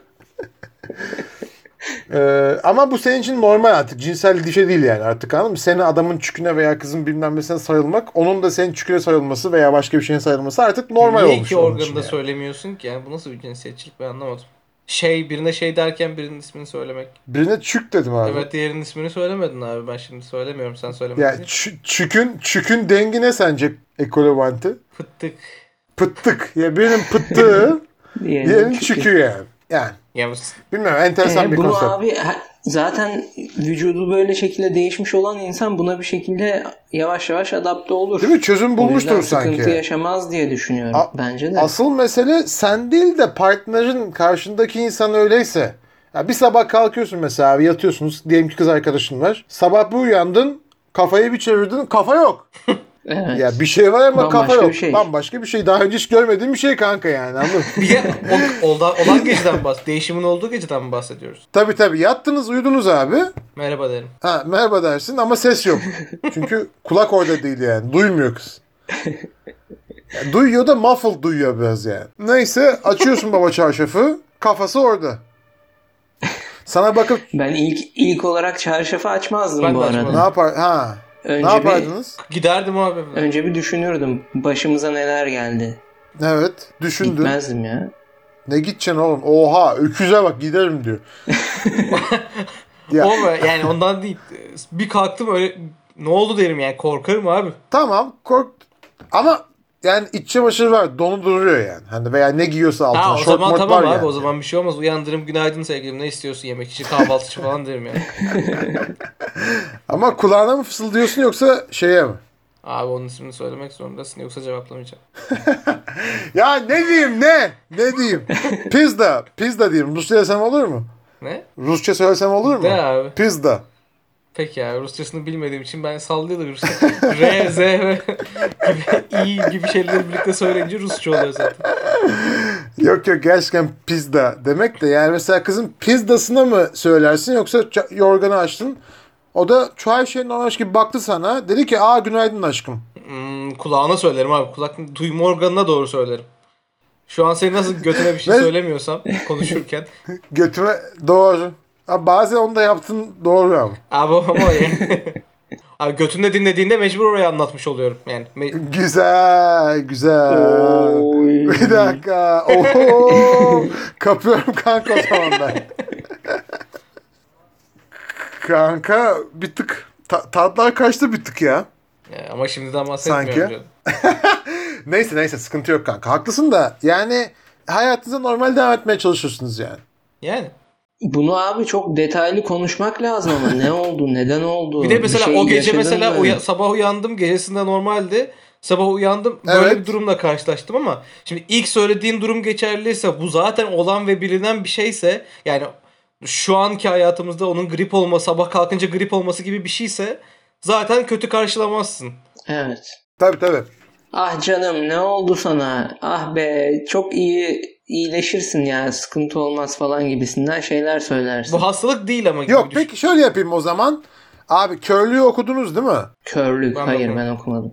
Ee, ama bu senin için normal artık. Cinsel bir şey değil yani artık, anladın mı? Senin adamın çüküne veya kızın bilmem nesine sarılmak, onun da senin çüküne sarılması veya başka bir şeyine sarılması artık normal Niye olmuş. iki onun organı için da yani. söylemiyorsun ki? Yani bu nasıl bir cinsiyetçilik, ben anlamadım. Şey, birine şey derken birinin ismini söylemek. Birine çük dedim abi. Evet, diğerinin ismini söylemedin abi. Ben şimdi söylemiyorum, sen söylemedin. Ya ç- çükün, çükün dengi ne sence ekolobanti? Fıttık. Pıttık. Ya birinin pıttığı, Diğerinin diğerinin çükü. çükü yani. Yani Ya bu- bilmiyorum, enteresan Ee, bir bunu konsept. abi ha- zaten vücudu böyle şekilde değişmiş olan insan buna bir şekilde yavaş yavaş adapte olur. Değil mi? Çözüm O bulmuştur yüzden sıkıntı sanki. yaşamaz diye düşünüyorum A- bence de. Asıl mesele sen değil de partnerin, karşındaki insan öyleyse. Ya bir sabah kalkıyorsun mesela abi, yatıyorsunuz. Diyelim ki kız arkadaşın var. Sabah bir uyandın, kafayı bir çevirdin, kafa yok. Evet. Ya bir şey var ama kafa Bambaşka yok. bir şey. Bambaşka bir şey. Daha önce hiç görmediğim bir şey kanka yani, anladın mı? bir de o- olan, olan geceden bahs değişimin olduğu geceden mi bahsediyoruz? Tabii tabii, yattınız uyudunuz abi. Merhaba derim. Ha, merhaba dersin ama ses yok. Çünkü kulak orada değil yani. Duymuyor kız. Ya, duyuyor da muffled duyuyor biraz yani. Neyse, açıyorsun baba çarşafı. Kafası orada. Sana bakıp Ben ilk ilk olarak çarşafı açmazdım Ben de bu açmazdım. ne arada. yapar? Ha. Önce ne bir yapardınız? Giderdim abi. önce bir düşünürdüm. Başımıza neler geldi. Evet. Düşündün. Gitmezdim ya. Ne gideceksin oğlum? Oha, öküze bak, giderim diyor. Ya, O mu? Yani ondan değil. Bir kalktım öyle, ne oldu derim yani, korkarım abi. tamam, kork. Ama yani iç çamaşırı var. Donu duruyor yani. Hani veya ne giyiyorsa altına. Ha, o Şort zaman mort tamam var abi, yani. o zaman bir şey olmaz. Uyandırım, günaydın sevgilim, ne istiyorsun, yemek için, kahvaltı için falan derim yani. Ama kulağına mı fısıldıyorsun yoksa şeye mi? Abi onun ismini söylemek zorundasın, yoksa cevaplamayacağım. Ya ne diyeyim, ne? Ne diyeyim? Pizza. Pizza diyeyim. Rusça desem olur mu? Ne? Rusça söylesem olur mu? De abi. Pizza. Peki ya, Rusçasını bilmediğim için ben sallıyordum Rusça. R, Z ve gibi, İ gibi şeyleri birlikte söyleyince Rusça oluyor zaten. Yok yok, gerçekten pizza demek de yani mesela kızın pizzasına mı söylersin yoksa ç- yorganı açtın. O da çoğu şey normalmiş gibi baktı sana. Dedi ki aa günaydın aşkım. Hmm, kulağına söylerim abi. Kulak duyma organına doğru söylerim. Şu an senin nasıl götüne bir şey Ne? söylemiyorsam konuşurken. Götüme doğru. Ha, bazen onu da yaptın doğru ama. Abi ama yani. Abi götünde dinlediğinde mecbur oraya anlatmış oluyorum. Yani me- Güzel güzel. Oy. Bir dakika. Oho. Kapıyorum kanka o zaman ben. Kanka bir tık. Ta- tatlar kaçtı bir tık ya. Ya ama şimdiden bahsetmiyorum. Sanki. canım. Neyse neyse, sıkıntı yok kanka. Haklısın da yani hayatınıza normal devam etmeye çalışıyorsunuz yani. Yani. Bunu abi çok detaylı konuşmak lazım ama ne oldu, neden oldu? Bir de mesela şey o gece yaşadın mesela mı? uya- sabah uyandım, gecesinde normaldi. Sabah uyandım, böyle Evet. bir durumla karşılaştım ama şimdi ilk söylediğin durum geçerliyse, bu zaten olan ve bilinen bir şeyse, yani şu anki hayatımızda onun grip olması, sabah kalkınca grip olması gibi bir şeyse zaten kötü karşılamazsın. Evet. Tabii tabii. Ah canım ne oldu sana? Ah be çok iyi iyileşirsin ya sıkıntı olmaz falan gibisinden şeyler söylersin. Bu hastalık değil ama gibi Yok düşün. peki şöyle yapayım o zaman. Abi körlüğü okudunuz değil mi? Körlük Ben hayır bakmadım. ben okumadım.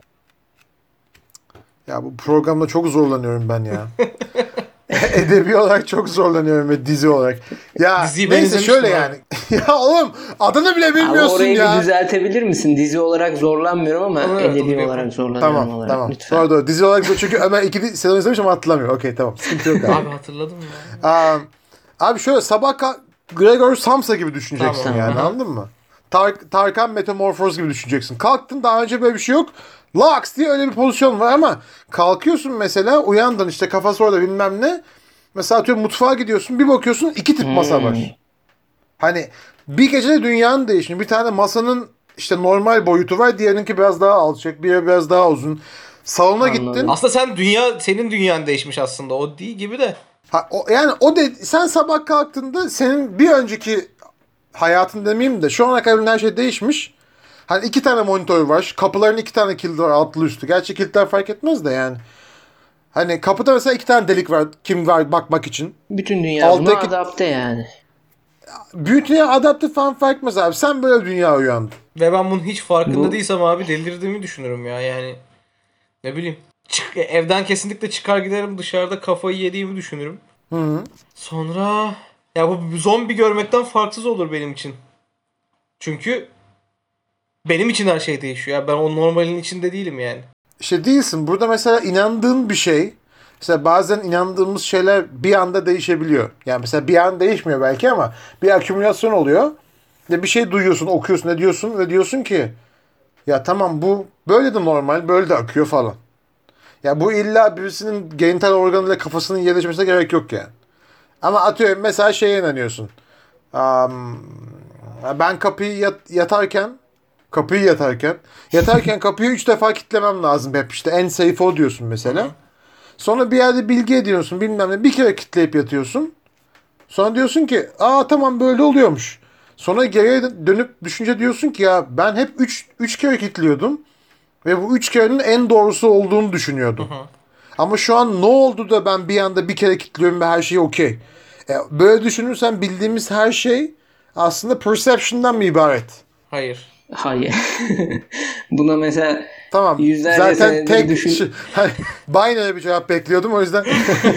Ya bu programda çok zorlanıyorum ben ya. Edebi olarak çok zorlanıyorum ve dizi olarak. Ya Diziyi ben neyse izlemiştim şöyle abi. yani. Ya oğlum adını bile Ama bilmiyorsun orayı ya. bir düzeltebilir misin? Dizi olarak zorlanmıyorum ama Ama evet, onu edebi bir olarak yapalım. zorlanıyorum Tamam olarak tamam. lütfen. Doğru doğru. Dizi olarak zor çünkü Ömer iki di- sezon izlemiş ama hatırlamıyor. Okey tamam. Sıkıntı yok abi. Abi hatırladım ya. Aa, abi şöyle sabah kalk Gregor Samsa gibi düşüneceksin Tamam. yani, Aha. anladın mı? Tar- Tarkan Metamorphoz gibi düşüneceksin. Kalktın, daha önce böyle bir şey yok. Laks diye öyle bir pozisyon var ama kalkıyorsun mesela, uyandın işte kafası orada bilmem ne. Mesela atıyorum mutfağa gidiyorsun, bir bakıyorsun iki tip masa var. Hmm. Hani bir gecede dünyanın değişimi. Bir tane masanın işte normal boyutu var, diğerininki biraz daha alçak, biri biraz daha uzun. Salona Anladım. gittin. Aslında sen dünya, senin dünyan değişmiş aslında. O değil gibi de. Ha, o, yani o de sen sabah kalktığında senin bir önceki hayatın demeyeyim de şu ana kadar her şey değişmiş. Hani iki tane monitör var. Kapıların iki tane kilidi var altlı üstü. Gerçi kilitler fark etmez de yani. Hani kapıda mesela iki tane delik var. Kim var bakmak için. Bütün dünya buna Alttaki- adapte yani. Büyütüye adaptif falan fark etmez abi. Sen böyle bir dünya uyandın. Ve ben bunun hiç farkında Bu- değilsem abi delirdiğimi düşünürüm ya yani. Ne bileyim. Çık, evden kesinlikle çıkar giderim, dışarıda kafayı yediğimi düşünürüm. Hı hı. Sonra ya bu zombi görmekten farksız olur benim için. Çünkü benim için her şey değişiyor. Ya ben o normalin içinde değilim yani. İşte değilsin. Burada mesela inandığın bir şey. Mesela bazen inandığımız şeyler bir anda değişebiliyor. Yani mesela bir an değişmiyor belki ama bir akümülasyon oluyor. Ve bir şey duyuyorsun, okuyorsun, ne diyorsun ve diyorsun ki ya tamam bu böyle de normal, böyle de akıyor falan. Ya bu illa birisinin genital organıyla kafasının yerleşmesine gerek yok yani. Ama atıyorum mesela şeye inanıyorsun. Am, ben kapıyı yat- yatarken kapıyı yatarken yatarken kapıyı üç defa kilitlemem lazım hep işte en safe o diyorsun mesela. Sonra bir yerde bilgi ediyorsun bilmem ne bir kere kilitleyip yatıyorsun. Sonra diyorsun ki aa tamam böyle oluyormuş. Sonra geriye dönüp düşünce diyorsun ki ya ben hep üç üç kere kilitliyordum. Ve bu üç kerenin en doğrusu olduğunu düşünüyordum. Ama şu an ne oldu da ben bir anda bir kere kilitliyorum ve her şey okey. E, böyle düşünürsen bildiğimiz her şey aslında perception'dan mı ibaret? Hayır. Hayır. Buna mesela Tamam. yüzlerce Zaten senedir tek düşün. şey, hani binary bir cevap bekliyordum o yüzden.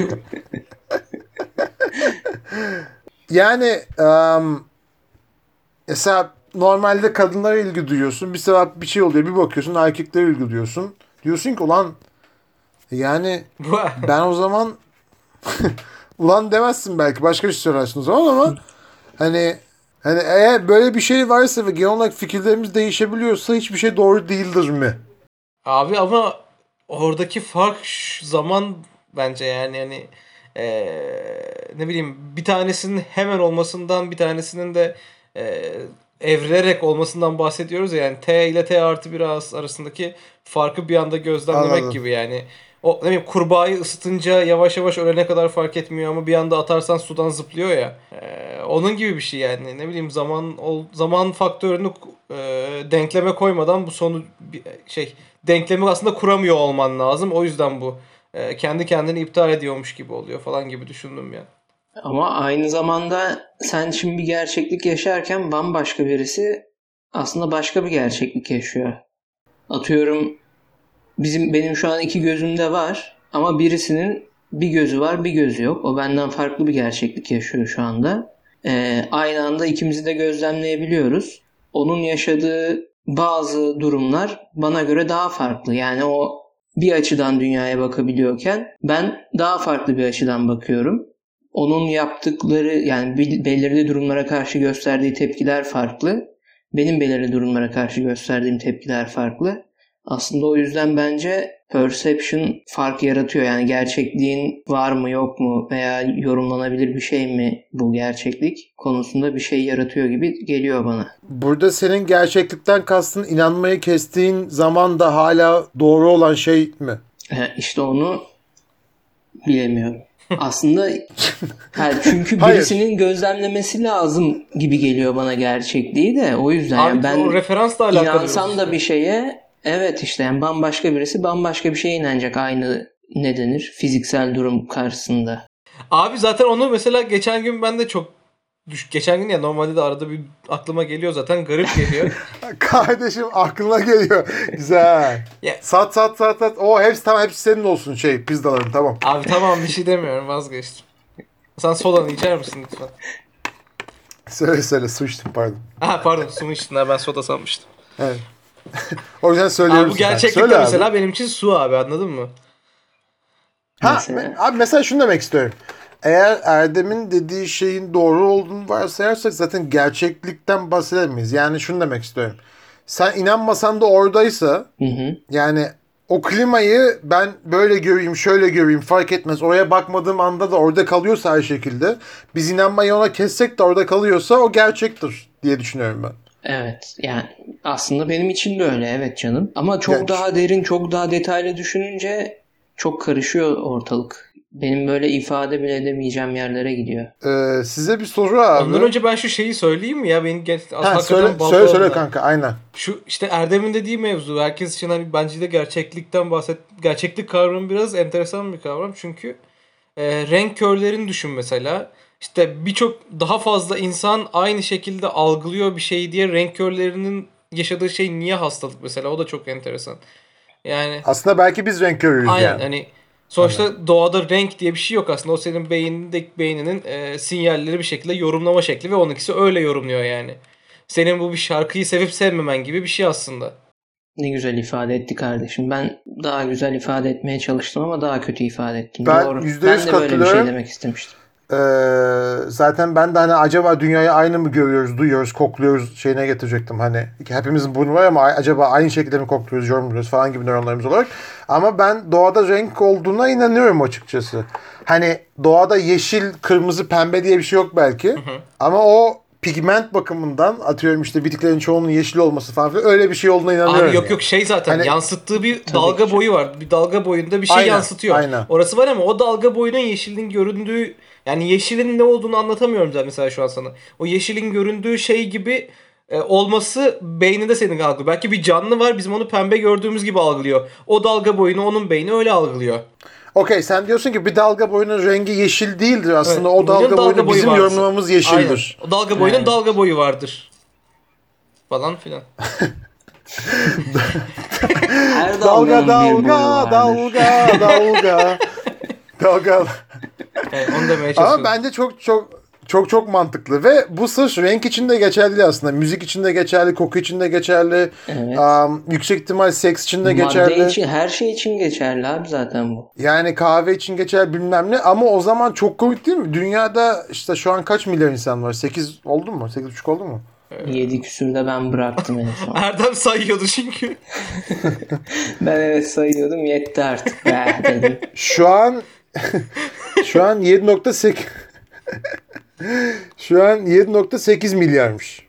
yani um, mesela normalde kadınlara ilgi duyuyorsun. Bir sebep bir şey oluyor. Bir bakıyorsun erkeklere ilgi duyuyorsun. Diyorsun ki ulan yani Bu ben o zaman ulan demezsin belki. Başka bir şey söylersin o zaman ama hani hani eğer böyle bir şey varsa ve genel olarak fikirlerimiz değişebiliyorsa hiçbir şey doğru değildir mi? abi ama oradaki fark şu zaman bence yani yani eee, ne bileyim bir tanesinin hemen olmasından bir tanesinin de eee, evrilerek olmasından bahsediyoruz ya yani T ile T artı bir arasındaki farkı bir anda gözlemlemek Anladım. gibi yani. O ne bileyim kurbağayı ısıtınca yavaş yavaş ölene kadar fark etmiyor ama bir anda atarsan sudan zıplıyor ya. Eee, onun gibi bir şey yani. Ne bileyim zaman ol, zaman faktörünü eee, denkleme koymadan bu sonu bir- şey denklemi aslında kuramıyor olman lazım. O yüzden bu eee, kendi kendini iptal ediyormuş gibi oluyor falan gibi düşündüm ya. Ama aynı zamanda sen şimdi bir gerçeklik yaşarken bambaşka birisi aslında başka bir gerçeklik yaşıyor. Atıyorum bizim benim şu an iki gözümde var ama birisinin bir gözü var bir gözü yok. O benden farklı bir gerçeklik yaşıyor şu anda. Ee, aynı anda ikimizi de gözlemleyebiliyoruz. Onun yaşadığı bazı durumlar bana göre daha farklı. Yani o bir açıdan dünyaya bakabiliyorken ben daha farklı bir açıdan bakıyorum. Onun yaptıkları yani belirli durumlara karşı gösterdiği tepkiler farklı. Benim belirli durumlara karşı gösterdiğim tepkiler farklı. Aslında o yüzden bence perception fark yaratıyor. Yani gerçekliğin var mı yok mu veya yorumlanabilir bir şey mi bu gerçeklik konusunda bir şey yaratıyor gibi geliyor bana. Burada senin gerçeklikten kastın inanmayı kestiğin zaman da hala doğru olan şey mi? He, işte onu bilemiyorum. Aslında yani çünkü Hayır. birisinin gözlemlemesi lazım gibi geliyor bana gerçekliği de o yüzden Abi yani ben o referansla alakalı. inansam da bir şeye evet işte yani bambaşka birisi bambaşka bir şeye inanacak aynı ne denir fiziksel durum karşısında. Abi zaten onu mesela geçen gün ben de çok düş geçen gün ya normalde de arada bir aklıma geliyor zaten garip geliyor. Kardeşim aklına geliyor. Güzel. Ya- Sat sat sat sat. O hepsi tamam hepsi senin olsun şey pizzaların tamam. Abi tamam bir şey demiyorum vazgeçtim. Sen sodanı içer misin lütfen? Söyle söyle su içtim pardon. Ha pardon su içtin ha ben soda sanmıştım. Evet. O yüzden söylüyorum. Abi bu sana. gerçeklikte Söyle abi. mesela benim için su abi anladın mı? Ha, Mesela. me- abi mesela şunu demek istiyorum. Eğer Erdem'in dediği şeyin doğru olduğunu varsayarsak zaten gerçeklikten bahsedemeyiz. Yani şunu demek istiyorum. Sen inanmasan da oradaysa Hı hı. yani o klimayı ben böyle göreyim şöyle göreyim fark etmez. Oraya bakmadığım anda da orada kalıyorsa her şekilde biz inanmayı ona kessek de orada kalıyorsa o gerçektir diye düşünüyorum ben. Evet yani aslında benim için de öyle evet canım ama çok Yani- daha derin çok daha detaylı düşününce çok karışıyor ortalık. Benim böyle ifade bile edemeyeceğim yerlere gidiyor. Ee, size bir soru abi. Ondan önce ben şu şeyi söyleyeyim mi ya? Beni gel- ha, söyle, söyle söyle kanka aynen. Şu işte Erdem'in dediği mevzu. Herkes için hani bence de gerçeklikten bahset. Gerçeklik kavramı biraz enteresan bir kavram. Çünkü e, renk körlerini düşün mesela. İşte birçok daha fazla insan aynı şekilde algılıyor bir şeyi diye renk körlerinin yaşadığı şey niye hastalık mesela? O da çok enteresan. Yani Aslında belki biz renk görüyoruz aynen yani. hani sonuçta doğada renk diye bir şey yok aslında. O senin beynindeki beyninin e, sinyalleri bir şekilde yorumlama şekli ve onunkisi öyle yorumluyor yani. Senin bu bir şarkıyı sevip sevmemen gibi bir şey aslında. Ne güzel ifade etti kardeşim. Ben daha güzel ifade etmeye çalıştım ama daha kötü ifade ettim. Ben Doğru. yüzde yüz Ben de böyle bir şey katılıyorum. demek istemiştim. Ee, zaten ben de hani acaba dünyayı aynı mı görüyoruz, duyuyoruz, kokluyoruz şeyine getirecektim. Hani hepimizin burnu var ama acaba aynı şekilde mi kokluyoruz, yorumluyoruz falan gibi nöronlarımız olarak. Ama ben doğada renk olduğuna inanıyorum açıkçası. Hani doğada yeşil, kırmızı, pembe diye bir şey yok belki. Hı hı. Ama o pigment bakımından atıyorum işte bitkilerin çoğunun yeşil olması falan filan öyle bir şey olduğuna inanıyorum. Abi yok yani. yok şey zaten Hani, yansıttığı bir dalga ki. boyu var. Bir dalga boyunda bir şey Aynen, yansıtıyor. aynen. Orası var ama o dalga boyunun yeşilin göründüğü yani yeşilin ne olduğunu anlatamıyorum zaten mesela şu an sana. O yeşilin göründüğü şey gibi e, olması beyninde senin algılıyor. Belki bir canlı var bizim onu pembe gördüğümüz gibi algılıyor. O dalga boyunu onun beyni öyle algılıyor. Okey sen diyorsun ki bir dalga boyunun rengi yeşil değildir aslında. Evet, o dalga, dalga boyunu boyu bizim vardır. yorumlamamız yeşildir. Aynen. O dalga boyunun Evet. dalga boyu vardır. Falan filan. Her Dalga dalganın bir boyu dalga vardır. dalga dalga dalga. Yani onu demeye Ama çalışıyorum. bence çok çok çok çok mantıklı ve bu sırf renk için de geçerli değil aslında. Müzik için de geçerli, koku için de geçerli. Evet. Um, yüksek ihtimal seks için de geçerli. Madde için, her şey için geçerli abi zaten bu. Yani kahve için geçerli bilmem ne ama o zaman çok komik değil mi? Dünyada işte şu an kaç milyar insan var? sekiz oldu mu? sekiz buçuk oldu mu? Yedi küsürde ben bıraktım en son. Erdem sayıyordu çünkü. Ben evet sayıyordum yetti artık be dedim. Şu an şu an yedi nokta sekiz şu an yedi nokta sekiz milyarmış.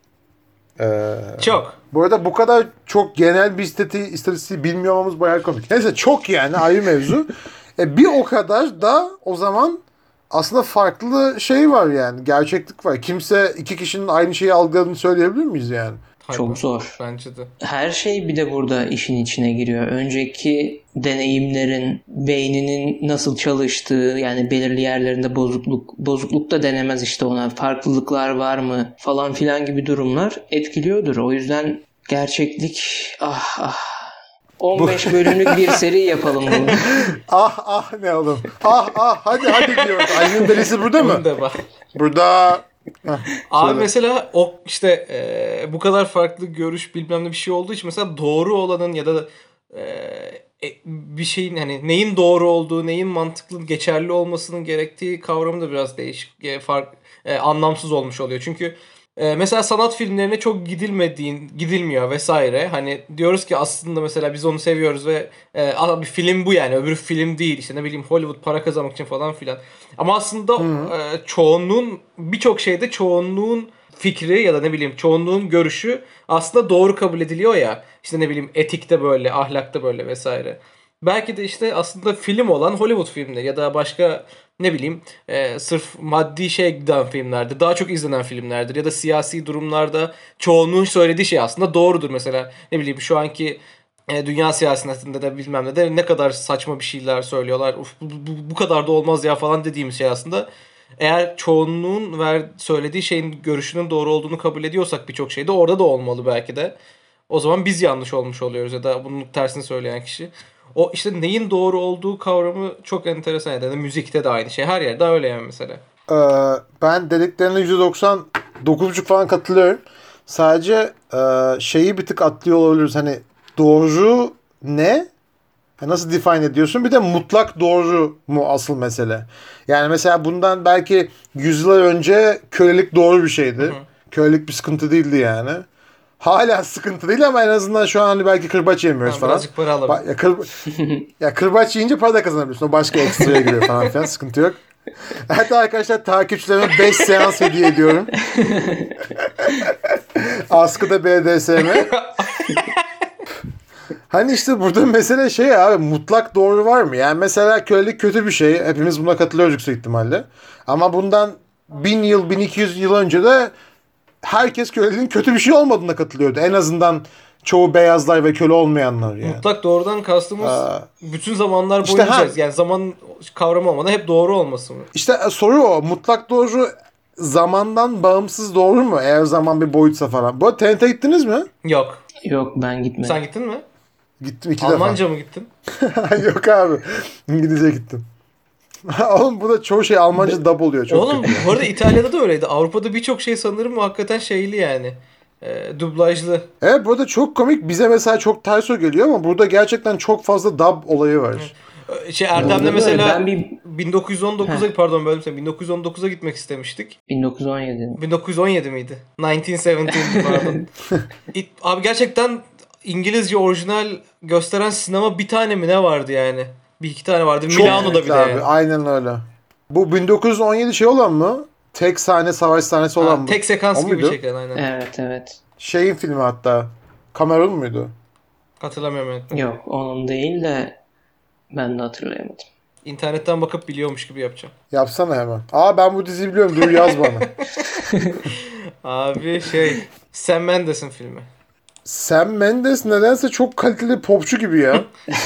Ee, Çok. Bu arada bu kadar çok genel bir istatistiği, istatistiği bilmiyor olmamız bayağı komik. Neyse çok yani ayrı mevzu. E, bir o kadar da o zaman aslında farklı şey var yani. Gerçeklik var. Kimse iki kişinin aynı şeyi algıladığını söyleyebilir miyiz yani? Çok zor. Bence de. Her şey bir de burada işin içine giriyor. Önceki deneyimlerin, beyninin nasıl çalıştığı, yani belirli yerlerinde bozukluk, bozukluk da denemez işte ona. Farklılıklar var mı falan filan gibi durumlar etkiliyordur. O yüzden gerçeklik ah ah. on beş bölümlük bir seri yapalım bunu. Ah ah ne oğlum. Ah ah hadi hadi diyoruz. Ayının delisi burada mı? Bunu da bak. Burada. Heh, Abi söyle. mesela o işte e, bu kadar farklı görüş bilmem ne bir şey olduğu için mesela doğru olanın ya da e, e, bir şeyin hani neyin doğru olduğu, neyin mantıklı, geçerli olmasının gerektiği kavramı da biraz değişik, e, fark, e, anlamsız olmuş oluyor. Çünkü e, mesela sanat filmlerine çok gidilmediğin, gidilmiyor vesaire. Hani diyoruz ki aslında mesela biz onu seviyoruz ve e, bir film bu yani öbür film değil. İşte ne bileyim Hollywood para kazanmak için falan filan. Ama aslında e, çoğunluğun birçok şeyde çoğunluğun fikri ya da ne bileyim çoğunluğun görüşü aslında doğru kabul ediliyor ya. İşte ne bileyim etikte böyle, ahlakta böyle vesaire. Belki de işte aslında film olan Hollywood filmleri ya da başka ne bileyim e, sırf maddi şey giden filmlerdir. Daha çok izlenen filmlerdir. Ya da siyasi durumlarda çoğunluğun söylediği şey aslında doğrudur. Mesela ne bileyim şu anki e, dünya siyasetinde de bilmem ne de ne kadar saçma bir şeyler söylüyorlar. Uf, bu, bu, bu kadar da olmaz ya falan dediğimiz şey aslında. Eğer çoğunluğun ver, söylediği şeyin görüşünün doğru olduğunu kabul ediyorsak birçok şeyde orada da olmalı belki de. O zaman biz yanlış olmuş oluyoruz ya da bunun tersini söyleyen kişi. O işte neyin doğru olduğu kavramı çok enteresan. Yani müzikte de aynı şey. Her yerde öyle yani mesela. Ee, ben dediklerine yüzde doksan dokuz buçuk falan katılıyorum. Sadece e, şeyi bir tık atlıyor olabiliriz. Hani doğru ne? Nasıl define ediyorsun? Bir de mutlak doğru mu asıl mesele? Yani mesela bundan belki yüzyıllar önce kölelik doğru bir şeydi. Hı hı. Kölelik bir sıkıntı değildi yani. Hala sıkıntı değil ama en azından şu an hani belki kırbaç yemiyoruz ha, falan. Birazcık para alabilir. Ya, kır... ya kırbaç yiyince para da kazanabiliyorsun. O başka ekstraya giriyor falan filan. Sıkıntı yok. Hatta arkadaşlar takipçilerime beş seans hediye ediyorum. Askıda B D S M. Hani işte burada mesele şey abi, mutlak doğru var mı? Yani mesela kölelik kötü bir şey. Hepimiz buna katılıyoruz yüksek ihtimalle. Ama bundan bin yıl, bin iki yüz yıl önce de herkes köleliğin kötü bir şey olmadığına katılıyordu. En azından çoğu beyazlar ve köle olmayanlar yani. Mutlak doğrudan kastımız Aa, bütün zamanlar işte boyunca ha. yani zaman kavramı olmadan hep doğru olması mı? İşte soru o. Mutlak doğru zamandan bağımsız doğru mu? Eğer zaman bir boyutsa falan. Bu arada T N T'ye gittiniz mi? Yok. Yok, ben gitmedim. Sen gittin mi? Gittim iki Almanca mı gittin? defa. Yok abi. İngilizce gittim. Oğlum bu da çoğu şey Almanca dub oluyor. Çok Oğlum kötü. bu arada İtalya'da da öyleydi. Avrupa'da birçok şey sanırım hakikaten şeyli yani. E, dublajlı. Evet, burada çok komik. Bize mesela çok ters o geliyor ama burada gerçekten çok fazla dub olayı var. E, Şey Burada Erdem'le da mesela ben bir bin dokuz yüz on dokuza Heh. pardon bölüm seni bin dokuz yüz on dokuza gitmek istemiştik. bin dokuz yüz on yedi. bin dokuz yüz on yedi miydi? bin dokuz yüz on yedi pardon. İt- Abi gerçekten İngilizce orijinal gösteren sinema bir tane mi ne vardı yani? Bir iki tane vardı. Çok Milano'da komik bir de abi. yani. Aynen öyle. Bu bin dokuz yüz on yedi şey olan mı? Tek sahne savaş sahnesi olan Ha, mı? tek sekans O gibi muydu? çeken aynen. Evet evet. Şeyin filmi hatta. Cameron muydu? Hatırlamıyorum evet. Yok, onun değil de ben de hatırlayamadım. İnternetten bakıp biliyormuş gibi yapacağım. Yapsana hemen. Aa, ben bu diziyi biliyorum. Dur yaz bana. Abi şey Sam Mendes'in filmi. Sam Mendes nedense çok kaliteli popçu gibi ya.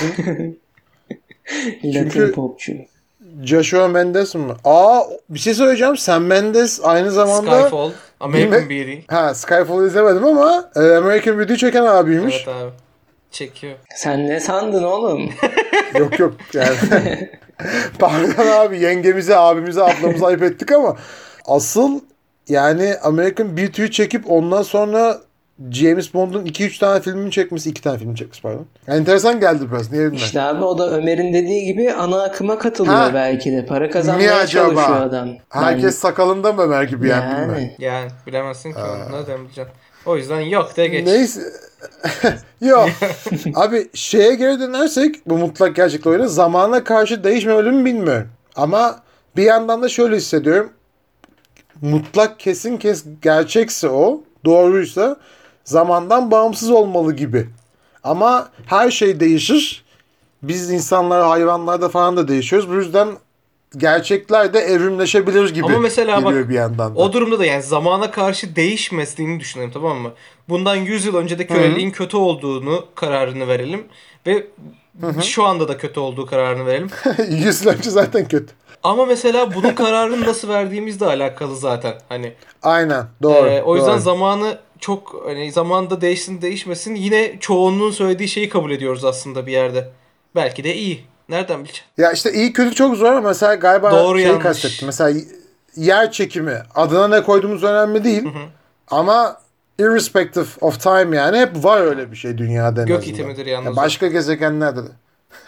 Latin popçu. Joshua Mendes mi? Aa, bir şey söyleyeceğim. Sam Mendes aynı zamanda... Skyfall, American Bilme- Beauty. Ha, Skyfall'ı izlemedim ama e, American Beauty çeken abiymiş. Evet abi. Çekiyor. Sen ne sandın oğlum? Yok yok yani. Pardon abi, yengemize, abimize, ablamıza ayıp ettik ama asıl yani American Beauty'yi çekip ondan sonra James Bond'un iki üç tane filmini çekmesi, iki tane film çekmiş pardon. Yani enteresan geldi biraz. Niye bilmem. İşte abi o da Ömer'in dediği gibi ana akıma katılıyor Ha. belki de. Para Niye kazanmaya acaba? çalışıyor adam. Herkes sakalında mı Ömer gibi yani, yani. bilmem. yani. Yani bilemezsin ki onu. Nereden bileceksin? O yüzden yok de geç. Neyse. Yok. Abi şeye geri dönersek, bu mutlak gerçeklik oyunu zamana karşı değişmemeli mi bilmiyorum. Ama bir yandan da şöyle hissediyorum. Mutlak kesin kes gerçekse o, doğruysa zamandan bağımsız olmalı gibi. Ama her şey değişir. Biz insanlar, hayvanlarda falan da değişiyoruz. Bu yüzden gerçekler de evrimleşebilir gibi Ama mesela geliyor bak, bir yandan da. o durumda da yani zamana karşı değişmediğini düşünelim, tamam mı? Bundan yüz yıl önce de köleliğin kötü olduğunu kararını verelim. Ve şu anda da kötü olduğu kararını verelim. yüz yıl önce zaten kötü. Ama mesela bunun kararını nasıl verdiğimizle alakalı zaten. Hani Aynen. Doğru. Ee, o yüzden doğru. zamanı çok hani zamanda değişsin değişmesin yine çoğunluğun söylediği şeyi kabul ediyoruz aslında bir yerde. Belki de iyi. Nereden bileceksin? Ya işte iyi kötü çok zor ama mesela galiba Doğru, şey yanlış. kastettim. Mesela y- yer çekimi. Adına ne koyduğumuz önemli değil. Ama irrespective of time yani hep var öyle bir şey dünyada en Gök azından. itemidir yalnız Ya o. başka gezegenlerde de.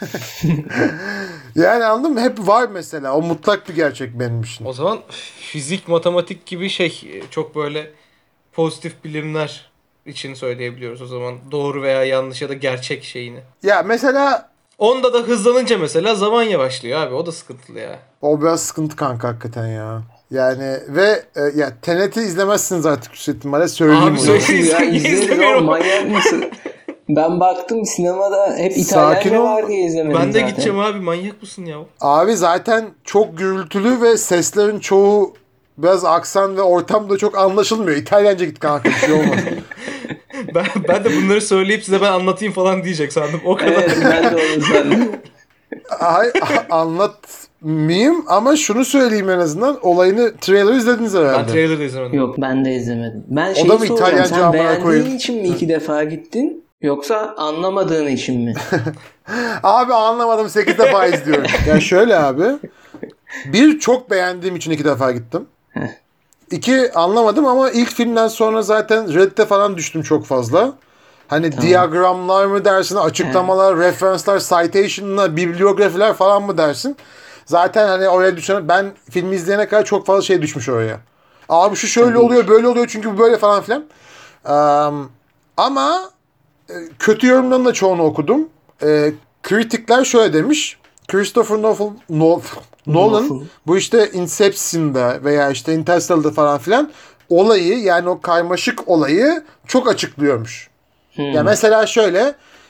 Yani anladın mı? Hep var mesela. O mutlak bir gerçek benim için. O zaman fizik, matematik gibi şey çok böyle pozitif bilimler için söyleyebiliyoruz o zaman. Doğru veya yanlış ya da gerçek şeyini. Ya mesela Onda da hızlanınca mesela zaman yavaşlıyor abi. O da sıkıntılı ya. o biraz sıkıntı kanka hakikaten ya. Yani ve e, ya Tenet'i izlemezsiniz artık yüksek ihtimalle, söyleyeyim Abi onu. söyle- Nasıl ya? İzlemiyorum. İzlerim oğlum, manyak mısın? Ben baktım sinemada hep Sakin İtalyanca ol. var diye izlemedim Ben de zaten. gideceğim abi, manyak mısın ya? Abi zaten çok gürültülü ve seslerin çoğu biraz aksan ve ortamda çok anlaşılmıyor. İtalyanca git kanka, bir şey olmaz. Ben, ben de bunları söyleyip size ben anlatayım falan diyecek sandım. O kadar. Evet, ben de onu sandım. Ay, a- anlatmayayım ama şunu söyleyeyim en azından. Olayını, trailer izlediniz herhalde. Ben trailer'ı izlemedim. Yok, ben de izlemedim. Ben O şeyi da mı soracağım. İtalyanca Sen amına beğendiğin koyayım? için mi iki defa gittin? Yoksa anlamadığın için mi? Abi anlamadım, sekiz defa izliyorum. Ya şöyle abi. Bir, çok beğendiğim için iki defa gittim. İki, anlamadım ama ilk filmden sonra zaten Reddit'e falan düştüm çok fazla. Hani Tamam. diyagramlar mı dersin, açıklamalar, referanslar, citation'lar, bibliografiler falan mı dersin? Zaten hani oraya düşen, ben filmi izleyene kadar çok fazla şey düşmüş oraya. Abi şu şöyle Tabii. oluyor, böyle oluyor çünkü bu böyle falan filan. Um, ama e, kötü yorumların da çoğunu okudum. E, kritikler şöyle demiş. Christopher Nolan, Nolan, Nolan bu işte Inception'da veya işte Interstellar'da falan filan olayı, yani o karmaşık olayı çok açıklıyormuş. Hmm. Ya mesela şöyle,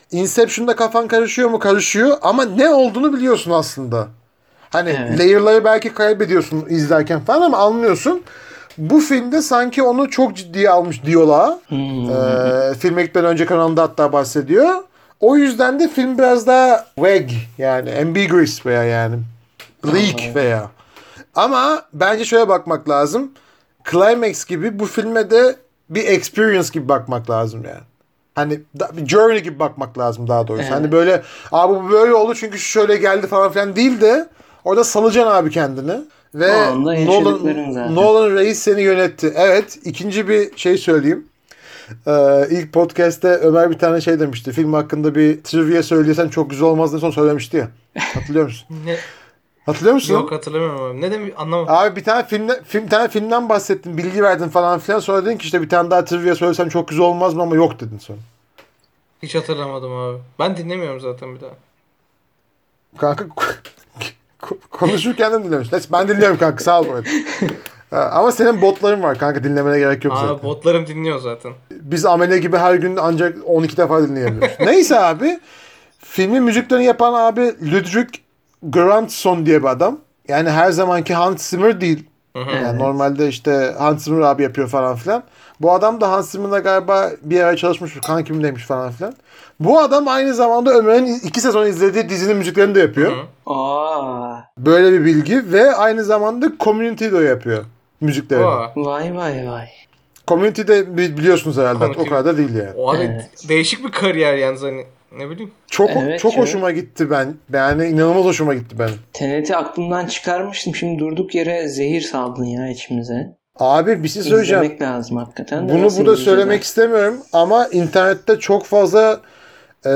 Inception'da kafan karışıyor mu? Karışıyor ama ne olduğunu biliyorsun aslında. Hani Evet. layer'ları belki kaybediyorsun izlerken falan ama anlıyorsun. Bu filmde sanki onu çok ciddiye almış diyorlar. Hmm. Ee, film ekipten önce kanalında hatta bahsediyor. O yüzden de film biraz daha vague yani ambiguous veya yani bleak Aha. veya. Ama bence şöyle bakmak lazım. Climax gibi bu filme de bir experience gibi bakmak lazım yani. Hani da- bir journey gibi bakmak lazım daha doğrusu. Evet. Hani böyle abi bu böyle oldu çünkü şöyle geldi falan filan değil de orada salacaksın abi kendini. Ve O anda yaşadıkların Nolan, zaten. Nolan Reis seni yönetti. Evet, ikinci bir şey söyleyeyim. Ee, ilk podcast'te Ömer bir tane şey demişti. Film hakkında bir trivia söylesen çok güzel olmaz diye son söylemişti ya. Hatırlıyor musun? Ne? Hatırlıyor musun? Yok hatırlamıyorum abi. Ne demek anlamadım. Abi bir tane filmde, film tane filmden bahsettin, bilgi verdin falan filan. Sonra dedin ki işte bir tane daha trivia söylesem çok güzel olmaz mı ama yok dedin sonra. Hiç hatırlamadım abi. Ben dinlemiyorum zaten bir daha. Kanka ko- konuşurken de dinlemiş. Neyse ben dinliyorum kanka sağ ol bu arada. Ha, ama senin botların var kanka dinlemene gerek yok Abi zaten. botlarım dinliyor zaten. Biz amele gibi her gün ancak on iki defa dinleyebiliyoruz. Neyse abi filmin müziklerini yapan abi Ludwig Göransson diye bir adam. Yani her zamanki Hans Zimmer değil. Hı hı. Yani Evet. normalde işte Hans Zimmer abi yapıyor falan filan. Bu adam da Hans Zimmer'la galiba bir ara çalışmış. Kankimdeymiş falan filan. Bu adam aynı zamanda Ömer'in iki sezon izlediği dizinin müziklerini de yapıyor. Hı hı. Aa, Böyle bir bilgi ve aynı zamanda Community'de o yapıyor müziklerini. Oha. vay vay vay. Community'de bi- biliyorsunuz herhalde. Community. O kadar da değil yani. O abi Evet. değişik bir kariyer yalnız hani. Ne bileyim. Çok Evet çok canım. hoşuma gitti ben. Yani inanılmaz hoşuma gitti ben. Tenet'i aklımdan çıkarmıştım. Şimdi durduk yere zehir saldın ya içimize. Abi bir şey söyleyeceğim. İzlemek lazım hakikaten. de Bunu nasıl burada izleyeceğiz söylemek artık? istemiyorum ama internette çok fazla eee,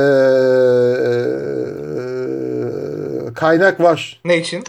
kaynak var. Ne için?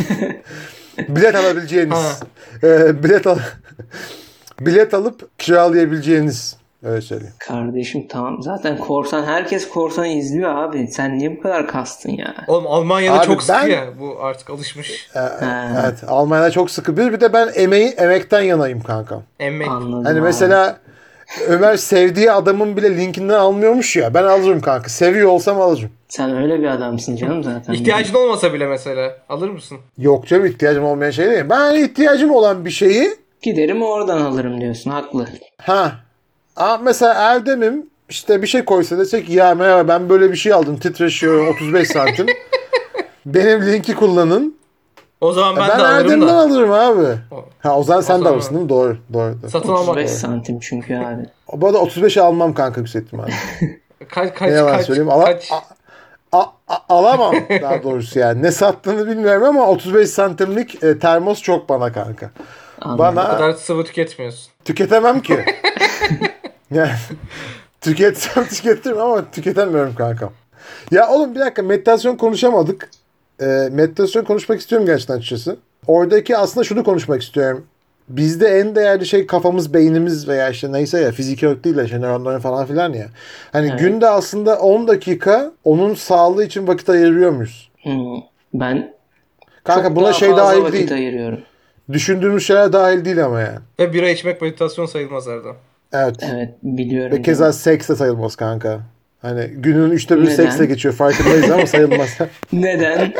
Bilet alabileceğiniz. Ha. Eee, bilet al bilet alıp kiralayabileceğiniz. Öyle söyleyeyim. Kardeşim tamam. Zaten korsan. Herkes korsan izliyor abi. Sen niye bu kadar kastın ya? Oğlum Almanya'da Abi çok sıkı ben- ya. Bu artık alışmış. Eee, Ha. evet. Almanya'da çok sıkı bir. Bir de ben emeği emekten yanayım kanka. Emmek. Anladım Hani abi. mesela Ömer sevdiği adamın bile linkinden almıyormuş ya. Ben alırım kanka. Seviyor olsam alırım. Sen öyle bir adamsın canım zaten. İhtiyacın olmasa bile mesela. Alır mısın? Yok canım ihtiyacım olmayan şey değil. Ben ihtiyacım olan bir şeyi Giderim oradan alırım diyorsun. Haklı. ha Aa, mesela Erdem'im işte bir şey koysa desek ya merhaba ben böyle bir şey aldım titreşiyor otuz beş santim. Benim linki kullanın. O zaman ben, Ben, de alırım Erdem'den da. alırım abi. O- Ha o zaman sen O de zaman- alırsın değil mi? Doğru. Doğru. doğru. Satın otuz almak. beş santim çünkü abi. Bu arada otuz beşe almam kanka yüksek ihtimalle. Kaç Ne kaç yalan kaç söyleyeyim. Ala- kaç. a- a- a- alamam daha doğrusu yani. Ne sattığını bilmiyorum ama otuz beş santimlik e, termos çok bana kanka. Anladım. Bana O kadar sıvı tüketmiyorsun. tüketemem ki. Yani tüketsem tüketirim ama tüketemiyorum kanka. Ya oğlum bir dakika meditasyon konuşamadık. Ee, meditasyon konuşmak istiyorum gerçekten açıkçası. Oradaki aslında şunu konuşmak istiyorum. Bizde en değerli şey kafamız, beynimiz veya işte neyse ya fiziki olarak değil de işte nöronların falan filan ya. Hani Evet. günde aslında on dakika onun sağlığı için vakit ayırıyor muyuz? Hmm. Ben Kanka çok buna daha şey fazla dahil vakit değil. ayırıyorum. Düşündüğümüz şeyler dahil değil ama yani. Ve bira içmek meditasyon sayılmaz Erdem. Evet. Evet biliyorum. Ve keza seks de sayılmaz kanka. Hani günün üçte biri Neden? seksle geçiyor farkındayız ama sayılmaz. Neden?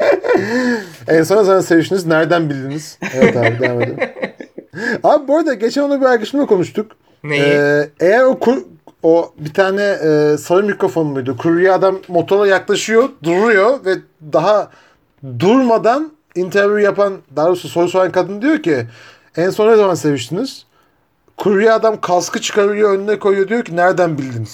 En son zaman sevişiniz nereden bildiniz? Evet abi devam edelim. Abi bu arada geçen onu bir arkadaşımla konuştuk. Neyi? Ee, eğer o kur, o bir tane e, sarı mikrofon muydu? Kurye adam motora yaklaşıyor, duruyor ve daha durmadan interview yapan, daha doğrusu soru soran kadın diyor ki en son ne zaman seviştiniz? Kurye adam kaskı çıkarıyor önüne koyuyor diyor ki nereden bildiniz?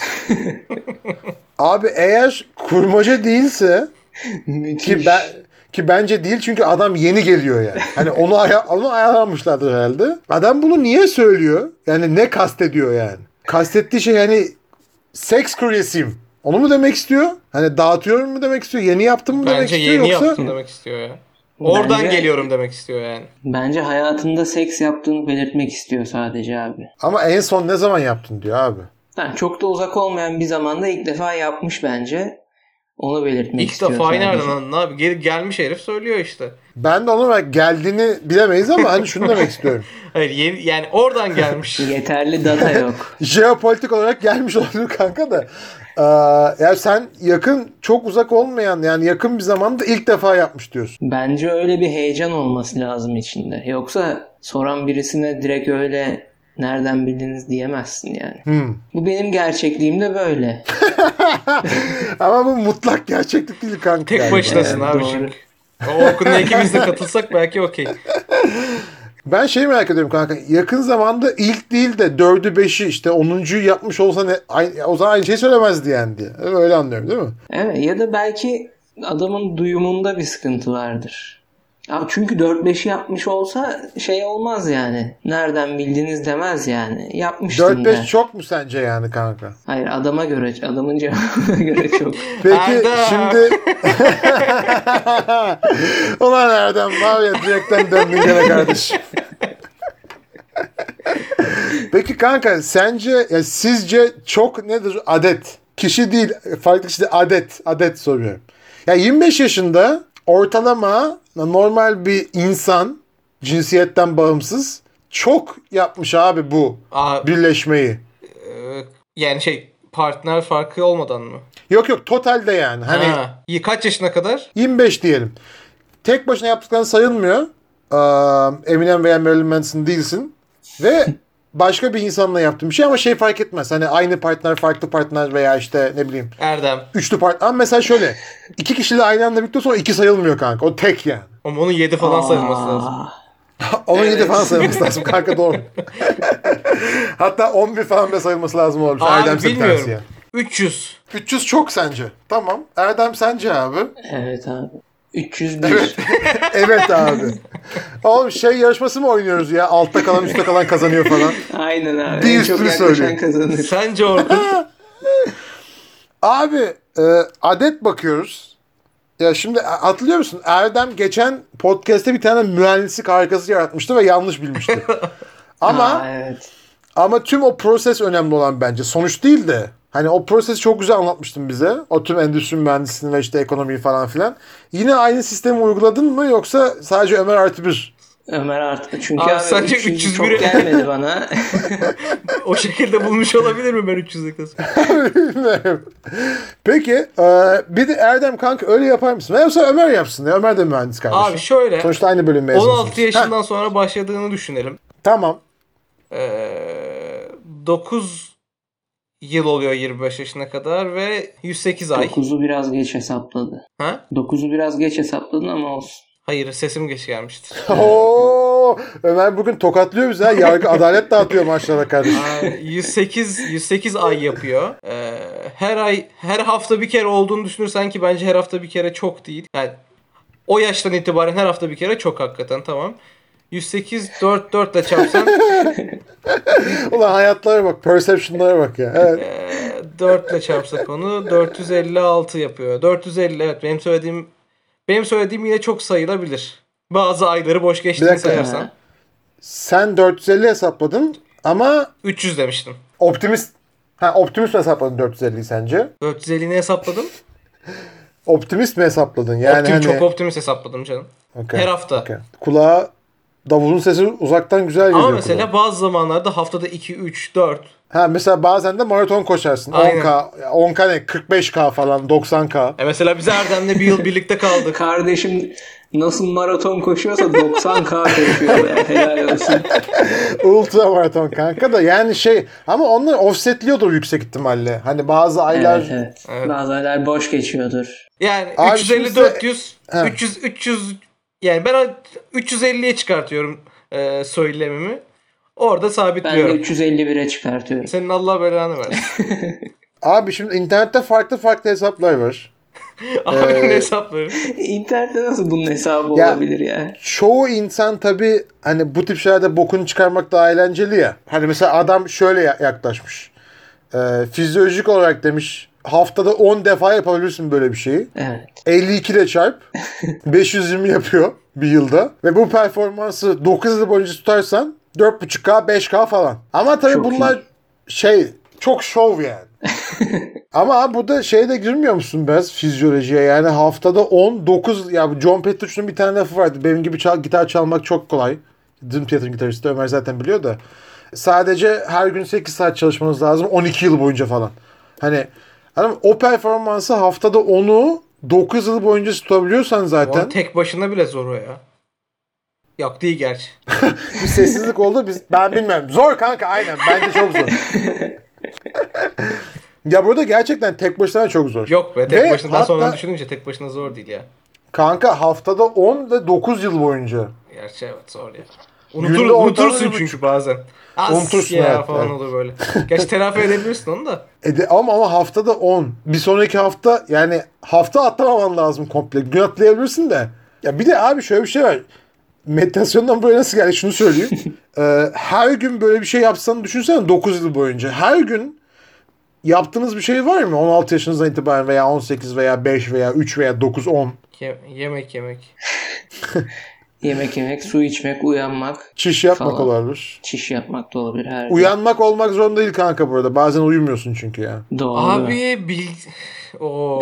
Abi eğer kurmaca değilse Müthiş. ki ben ki bence değil çünkü adam yeni geliyor yani. Hani onu aya onu ayarlamışlardır herhalde. Adam bunu niye söylüyor? Yani ne kastediyor yani? Kastettiği şey hani seks kuryesiyim. Onu mu demek istiyor? Hani dağıtıyorum mu demek istiyor? Yeni yaptım mı demek Bence istiyor yeni yoksa? yaptım demek istiyor ya. Oradan Bence- geliyorum demek istiyor yani. Bence hayatında seks yaptığını belirtmek istiyor sadece abi. Ama en son ne zaman yaptın diyor abi. Yani çok da uzak olmayan bir zamanda ilk defa yapmış bence. Onu belirtmek İlk istiyorum defa sadece. nereden anladın abi? Gel, gelmiş herif söylüyor işte. Ben de ona geldiğini bilemeyiz ama hani şunu demek istiyorum. Hayır yeni, yani oradan gelmiş. Yeterli data yok. Jeopolitik olarak gelmiş olabilir kanka da. Ee, ya sen yakın, çok uzak olmayan, yani yakın bir zamanda ilk defa yapmış diyorsun. Bence öyle bir heyecan olması lazım içinde. Yoksa soran birisine direkt öyle nereden bildiniz diyemezsin yani. Hmm. Bu benim gerçekliğim de böyle. Ama bu mutlak gerçeklik değil kanka. Tek galiba. başınasın Evet, abi doğru. çünkü. O Orkun'la ikimiz de katılsak belki okey. Ben şeyi merak ediyorum kanka. Yakın zamanda ilk değil de dördü beşi işte onuncuyu yapmış olsa ne, aynı, o zaman aynı şey söylemezdi yani diye. Öyle anlıyorum değil mi? Evet, ya da belki adamın duyumunda bir sıkıntı vardır. Abi çünkü dört beşi yapmış olsa şey olmaz yani. Nereden bildiniz demez yani. Yapmıştım dört beş der. çok mu sence yani kanka? Hayır, adama göre, adamın cevabına göre çok. Peki Erdem. şimdi ulan Erdem var ya, direkten döndün gene kardeşim. Peki kanka sence, ya sizce çok nedir adet? Kişi değil, farklı kişi değil, adet. Adet soruyorum. Ya yirmi beş yaşında ortalama normal bir insan, cinsiyetten bağımsız, çok yapmış abi bu Aa, birleşmeyi. e, yani şey partner farkı olmadan mı? Yok yok, totalde yani. Hani Ha, iyi, kaç yaşına kadar? yirmi beş diyelim. Tek başına yaptıkları sayılmıyor. Ee, Eminem veya Marilyn Manson değilsin. Ve başka bir insanla yaptığın bir şey ama şey fark etmez. Hani aynı partner, farklı partner veya işte ne bileyim Erdem. üçlü partner. Ama mesela şöyle, iki kişiyle aynı anda birlikte sonra iki sayılmıyor kanka. O tek yani. Ama onun yedi falan sayılması lazım. Aa, Onun yedi Evet. falan sayılması lazım kanka, doğru. Hatta on bir falan bile sayılması lazım olmuş. Abi Erdem bir tanesi bilmiyorum. ya. üç yüz. üç yüz çok sence? Tamam. Erdem sence abi? evet abi. üç yüz bir. Evet. Evet abi. Oğlum şey yarışması mı oynuyoruz ya? Altta kalan üstte kalan kazanıyor falan. Aynen abi. Bir En çok sürü yaklaşan söylüyor. kazanır. Sence Orkun? Abi e, adet bakıyoruz. Ya şimdi hatırlıyor musun? Erdem geçen podcast'te bir tane mühendislik harikası yaratmıştı ve yanlış bilmişti. Ama Aa, evet. ama tüm o proses önemli olan bence. Sonuç değil de. Hani o prosesi çok güzel anlatmıştın bize. O tüm endüstri mühendisliğini ve işte ekonomiyi falan filan. Yine aynı sistemi uyguladın mı yoksa sadece Ömer artı bir? Ömer artık. Çünkü Abi abi, sence üç yüz üç yüz çok biri gelmedi bana. O şekilde bulmuş olabilir mi ben üç yüz'e kız? Bilmiyorum. Peki e, bir de Erdem kanka öyle yapar mısın? Yoksa Ömer yapsın ya. Ömer de mühendis kardeşim. Abi şöyle. Sonuçta aynı bölüm mezunusunuz. on altı yaşından sonra başladığını düşünelim. Tamam. Ee, dokuz yıl oluyor yirmi beş yaşına kadar ve yüz sekiz ay. dokuzu biraz geç hesapladı. Ha? dokuzu biraz geç hesapladın ama olsun. Hayır, sesim geç gelmiştir. Oo, Ömer bugün tokatlıyor bizi ha. Yargı adalet dağıtıyor maçlara kardeşim. Aa, yüz sekiz yüz sekiz ay yapıyor. Ee, her ay her hafta bir kere olduğunu düşünürsen ki bence her hafta bir kere çok değil. Yani o yaştan itibaren her hafta bir kere çok hakikaten, tamam. yüz sekiz dört dört ile çarpsan Ulan hayatlara bak, perception'lara bak ya. Evet. e, dört ile çarpsak onu dört yüz elli altı yapıyor. dört yüz elli, evet, benim söylediğim benim söylediğim yine çok sayılabilir. Bazı ayları boş Bir geçtiğini dakika. sayarsan. Sen dört yüz elli hesapladın ama üç yüz demiştim. optimist ha optimist mi hesapladın dört yüz elliyi sence? dört yüz elliyi hesapladım. Optimist mi hesapladın? Yani Optim, hani Çok optimist hesapladım canım. okay, Her hafta. okay. Kulağa davulun sesi uzaktan güzel geliyor. Ama mesela kulağa. bazı zamanlarda haftada iki, üç, dört. Ha mesela bazen de maraton koşarsın. Aynen. on K, on K ne? kırk beş K falan, doksan K. E mesela biz Erdem'le bir yıl birlikte kaldık. Kardeşim nasıl maraton koşuyorsa doksan K koşuyor ya. Helal olsun. Ultra maraton kanka da yani şey, ama onlar offsetliyordur yüksek ihtimalle. Hani bazı aylar Evet, evet. Evet. Bazı aylar boş geçiyordur. Yani Abi üç yüz elli şimdi- dört yüz Ha. üç yüz üç yüz yani ben üç yüz elliye çıkartıyorum e, söylemimi. Orada Ben de sabitliyorum. üç yüz elli bire çıkartıyorum. Senin Allah belanı versin. Abi şimdi internette farklı farklı hesaplar var. Abinin hesapları. İnternette nasıl bunun hesabı Ya- olabilir ya? Çoğu insan tabii hani bu tip şeylerde bokunu çıkarmak daha eğlenceli ya. Hani mesela adam şöyle ya- yaklaşmış. Ee, fizyolojik olarak demiş, haftada on defa yapabilirsin böyle bir şeyi. Evet. elli iki ile çarp. beş yüz yirmi yapıyor bir yılda. Ve bu performansı dokuz yıl boyunca tutarsan dört buçuk K beş K falan. Ama tabii Çok bunlar iyi. şey çok şov yani. Ama bu da şeyde girmiyor musun biraz fizyolojiye? Yani haftada on dokuz ya John Petrucci'nin bir tane lafı vardı. Benim gibi çal, gitar çalmak çok kolay. Dream Theater'ın gitaristi Ömer zaten biliyor da. Sadece her gün sekiz saat çalışmanız lazım on iki yıl boyunca falan. Hani adam o performansı haftada onu dokuz yıl boyunca tutabiliyorsan zaten. O tek başına bile zor o ya. Yok değil gerçi. Bir sessizlik oldu. Biz, ben bilmiyorum. Zor kanka aynen. Bence çok zor. Ya burada gerçekten tek başına çok zor. Yok be tek Ve başına daha hatta- sonra düşününce tek başına zor değil ya. Kanka haftada on ve dokuz yıl boyunca. Gerçi evet zor ya. Günde Unutur, ortalama unutursun bir çünkü bazen. Az Unutursun, ya evet, falan evet. olur böyle. Gerçi telafi edebilirsin onu da. E de, ama ama haftada on. Bir sonraki hafta yani hafta atlamaman lazım komple. Gün atlayabilirsin de. Ya bir de abi şöyle bir şey var. Meditasyondan buraya nasıl geldi şunu söyleyeyim. Ee, her gün böyle bir şey yapsanı düşünsene dokuz yıl boyunca. Her gün yaptığınız bir şey var mı? on altı yaşınızdan itibaren veya on sekiz veya beş veya üç veya dokuz on. Ye- yemek yemek. Yemek yemek, su içmek, uyanmak, Çiş yapmak Falan. olabilir. çiş yapmak da olabilir her gün. Uyanmak olmak zorunda değil kanka burada. Bazen uyumuyorsun çünkü ya. Doğru. Abi bil... Oo.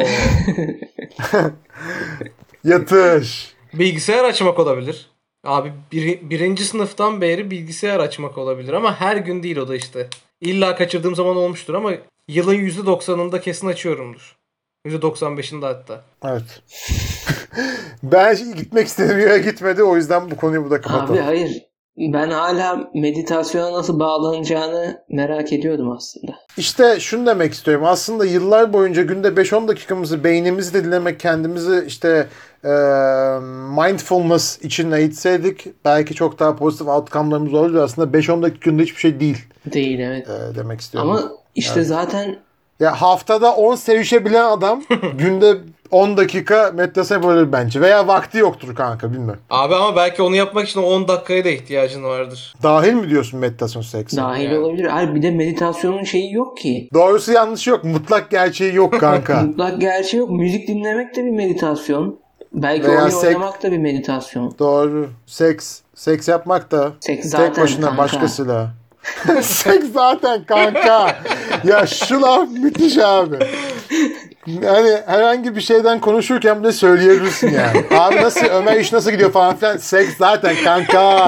Yatış. Bilgisayar açmak olabilir. Abi bir, birinci sınıftan beri bilgisayar açmak olabilir ama her gün değil o da işte. İlla kaçırdığım zaman olmuştur ama yılın yüzde doksanında kesin açıyorumdur. yüzde doksan beşinde hatta. Evet. Ben gitmek istediğim yere gitmedi. O yüzden bu konuyu burada Abi kapatalım. hayır. Ben hala meditasyona nasıl bağlanacağını merak ediyordum aslında. İşte şunu demek istiyorum. Aslında yıllar boyunca günde beş on dakikamızı beynimizi de dinlemek, kendimizi işte e, mindfulness için eğitseydik belki çok daha pozitif outcome'larımız olurdu. Aslında beş on dakika günde hiçbir şey değil Değil evet. e, demek istiyorum. Ama işte zaten Ya haftada on sevişebilen adam günde on dakika meditasyon yapabilir bence. Veya vakti yoktur kanka bilmem. Abi ama belki onu yapmak için on dakikaya da ihtiyacın vardır. Dahil mi diyorsun meditasyon sekse? dahil Yani. olabilir. Hayır bir de meditasyonun şeyi yok ki. Doğrusu yanlışı yok. Mutlak gerçeği yok kanka. Mutlak gerçeği yok. Müzik dinlemek de bir meditasyon. Belki Veya oyun sek- oynamak da bir meditasyon. Doğru. Seks. Seks yapmak da Seks zaten tek başına kanka. başkasıyla. Seks zaten kanka. Ya şu laf müthiş abi. Yani herhangi bir şeyden konuşurken bile söyleyebilirsin yani. Abi nasıl Ömer iş nasıl gidiyor falan filan. Seks zaten kanka.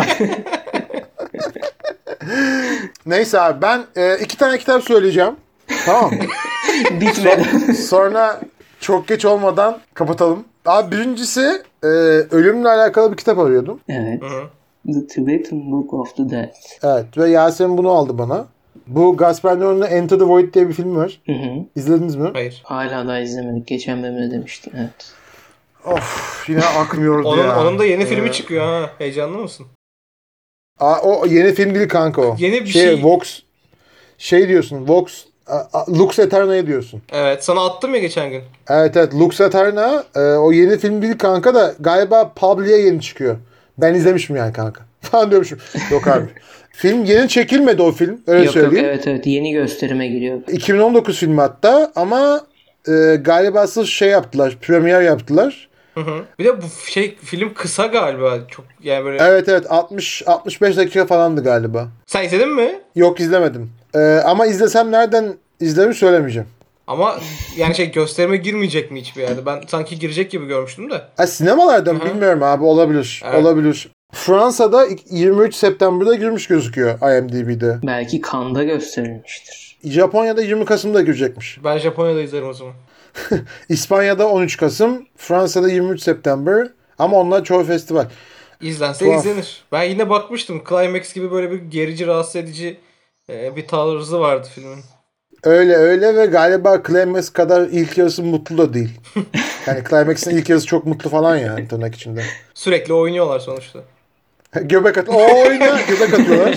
Neyse abi ben e, iki tane kitap söyleyeceğim. Tamam. Bitmeden. Sonra çok geç olmadan kapatalım. Abi birincisi e, ölümle alakalı bir kitap arıyordum. Evet. Hı hı. The Tibetan Book of the Dead. Evet ve Yasemin bunu aldı bana. Bu Gaspar Noé'nin Enter the Void diye bir film var. Hı hı. İzlediniz mi? Hayır. Hala da izlemedik. Geçen bölümde demiştin. Evet. Of yine akmıyordu Onun, ya. onun da yeni Ee, filmi çıkıyor ha. Heyecanlı mısın? Aa, o yeni film değil kanka o. Yeni bir şey- Vox şey diyorsun. Vox a, a, Lux Aeterna'ya diyorsun. Evet sana attım ya geçen gün. Evet evet Lux Aeterna e, o yeni film değil kanka da galiba Publi'ye yeni çıkıyor. Ben izlemişim yani kanka. Falan diyormuşum. Yok abi. Film yeni çekilmedi o film. Öyle Yok yok söyleyeyim. evet evet yeni gösterime giriyor. iki bin on dokuz filmi hatta ama e, galiba sırf şey yaptılar. Premier yaptılar. Hı hı. Bir de bu şey film kısa galiba. Çok yani böyle. Evet evet altmış altmış beş dakika falandı galiba. Sen izledin mi? Yok izlemedim. E, ama izlesem nereden izlerim söylemeyeceğim. Ama yani şey gösterime girmeyecek mi hiçbir yerde? Ben sanki girecek gibi görmüştüm de. Ha, sinemalarda mı Hı hı. bilmiyorum abi olabilir. Evet. Olabilir. Fransa'da yirmi üç September'da girmiş gözüküyor IMDb'de. Belki Cannes'da gösterilmiştir. Japonya'da yirmi Kasım'da girecekmiş. Ben Japonya'da izlerim o zaman. İspanya'da on üç Kasım, Fransa'da yirmi üç September ama onlar çoğu festival. İzlense Tuhaf. izlenir. Ben yine bakmıştım. Climax gibi böyle bir gerici, rahatsız edici e, bir tarzı vardı filmin. Öyle öyle ve galiba Climax kadar ilk yarısı mutlu da değil. Yani Climax'in ilk yarısı çok mutlu falan ya yani, tırnak içinde. Sürekli oynuyorlar sonuçta. Göbek at. O oyna göbek atıyorlar.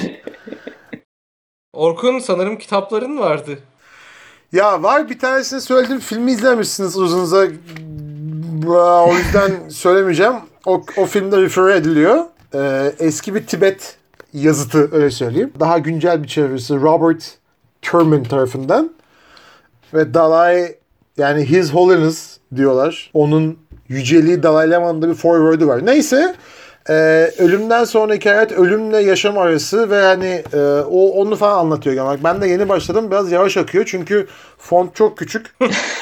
Orkun sanırım kitapların vardı. Ya var bir tanesini söyledim. Filmi izlemişsiniz uzunuza. O yüzden söylemeyeceğim. O, o filmde refer ediliyor. Ee, eski bir Tibet yazıtı öyle söyleyeyim. Daha güncel bir çevirisi Robert Thurman tarafından. Ve Dalai yani His Holiness diyorlar. Onun yüceliği Dalai Lama'nın da bir forward'ı var. Neyse e, ölümden sonraki hayat, ölümle yaşam arası ve hani e, o onu falan anlatıyor. Yani ben de yeni başladım. Biraz yavaş akıyor çünkü font çok küçük.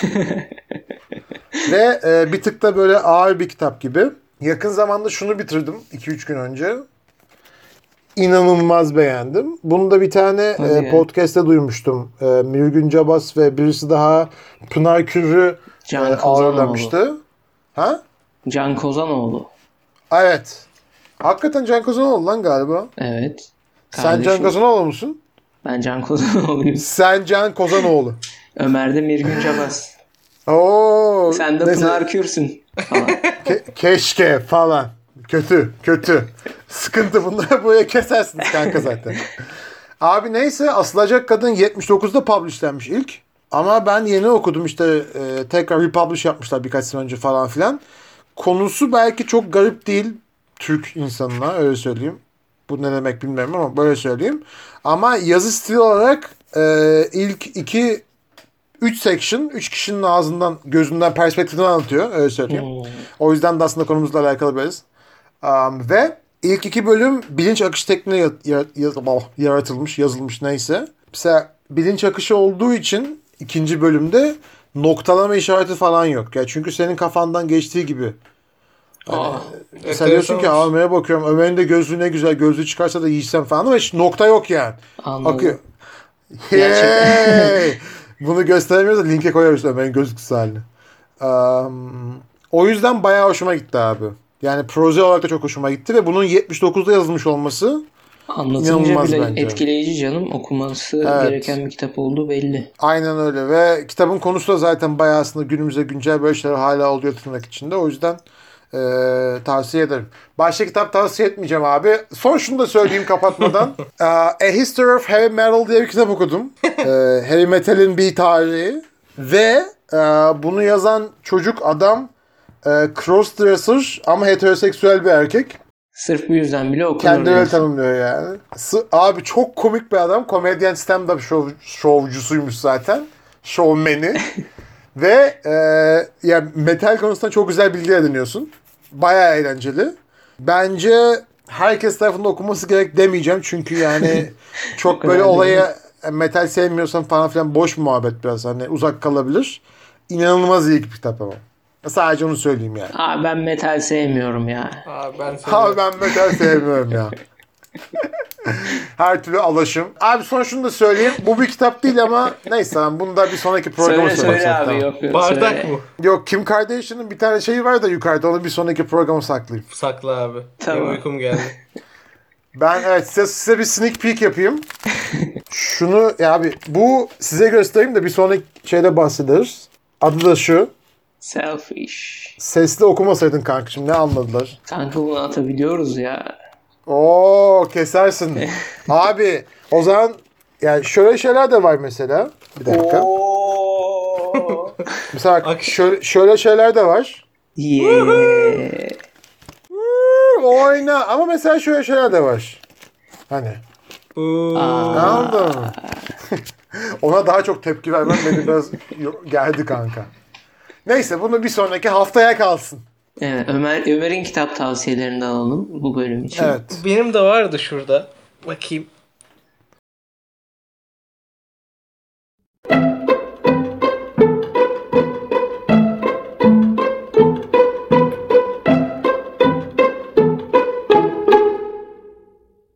Ve e, bir tık da böyle ağır bir kitap gibi. Yakın zamanda şunu bitirdim iki üç gün önce. İnanılmaz beğendim. Bunu da bir tane e, podcast'te duymuştum. E, Mirgün Cabas ve birisi daha Pınar Kürr'ü e, ağırlamıştı. Ha? Can Kozanoğlu. Evet. Hakikaten Can Kozanoğlu lan galiba. Evet. Kardeşim. Sen Can Kozanoğlu musun? Ben Can Kozanoğlu'yum. Sen Can Kozanoğlu. Ömer de Mirgün Cabas. Oo. Sen de neyse. Pınar Kürsün falan. Ke- keşke falan. Kötü, kötü. Sıkıntı, bunları buraya kesersiniz kanka zaten. Abi neyse, Asılacak Kadın yetmiş dokuzda publishlenmiş ilk. Ama ben yeni okudum işte, e, tekrar republish yapmışlar birkaç sene önce falan filan. Konusu belki çok garip değil Türk insanına, öyle söyleyeyim. Bu ne demek bilmiyorum ama böyle söyleyeyim. Ama yazı stili olarak e, ilk iki üç section, üç kişinin ağzından, gözünden, perspektiften anlatıyor, öyle söyleyeyim. Hmm. O yüzden de aslında konumuzla alakalı biraz. Um, ve ilk iki bölüm bilinç akışı tekniği yaratılmış, yazılmış neyse. Mesela bilinç akışı olduğu için ikinci bölümde noktalama işareti falan yok. Yani çünkü senin kafandan geçtiği gibi. Yani, Aa, sen diyorsun ki Ömer'e bakıyorum, Ömer'in de gözlüğü ne güzel, gözlüğü çıkarsa da yiysem falan ama hiç nokta yok yani. Anladım. Akıyor. Hey! Bunu gösteremiyoruz da linke koyarız Ömer'in gözlüksüz halini. Um, o yüzden bayağı hoşuma gitti abi. Yani proje olarak da çok hoşuma gitti ve bunun yetmiş dokuzda yazılmış olması anlatınca bile bence. Etkileyici canım. Okuması evet. gereken bir kitap olduğu belli. Aynen öyle ve kitabın konusu da zaten bayağı aslında günümüze güncel, böyle şeyler hala oluyor tırnak içinde. O yüzden e, tavsiye ederim. Başka kitap tavsiye etmeyeceğim abi. Son şunu da söyleyeyim kapatmadan. A History of Heavy Metal diye bir kitap okudum. e, Heavy Metal'in bir tarihi ve e, bunu yazan çocuk adam e, crossdresser ama heteroseksüel bir erkek. Sırf bu yüzden bile okunur. Kendi öyle tanımlıyor yani. Abi çok komik bir adam. Komedyen, stand-up şov, şovcusuymuş zaten. Şovmeni. Ve e, yani metal konusunda çok güzel bilgi ediniyorsun. Bayağı eğlenceli. Bence herkes tarafından okunması gerek demeyeceğim. Çünkü yani çok böyle olaya metal sevmiyorsan falan filan boş muhabbet biraz. Hani uzak kalabilir. İnanılmaz iyi bir kitap ama. Sadece onu söyleyeyim yani. Aa, ben metal sevmiyorum ya. Aa, ben Abi ben metal sevmiyorum ya. Her türlü alaşım. Abi son şunu da söyleyeyim. Bu bir kitap değil ama neyse, bunu da bir sonraki programa söyle. Söyle söyle abi. Tamam. Yok, yok, Bardak söyle. mı? Yok, Kim Kardashian'ın bir tane şeyi var da yukarıda, onu bir sonraki programa saklayayım. Sakla abi. Tamam. Benim uykum geldi. Ben evet size, size bir sneak peek yapayım. Şunu ya abi, bu size göstereyim de bir sonraki şeyde bahsederiz. Adı da şu. Selfish. Sesli okumasaydın kankacığım, ne anladılar? Kanka bunu atabiliyoruz ya. Oo, kesersin. Abi o zaman yani şöyle şeyler de var mesela. Bir dakika. Oo. Mesela şöyle, şöyle şeyler de var. Yeah. Oyna. Ama mesela şöyle şeyler de var. Hani. Anladın mı? Ona daha çok tepki vermem beni biraz geldi kanka. Neyse, bunu bir sonraki haftaya kalsın. Evet, Ömer Ömer'in kitap tavsiyelerini alalım bu bölüm için. Evet. Benim de vardı şurada. Bakayım.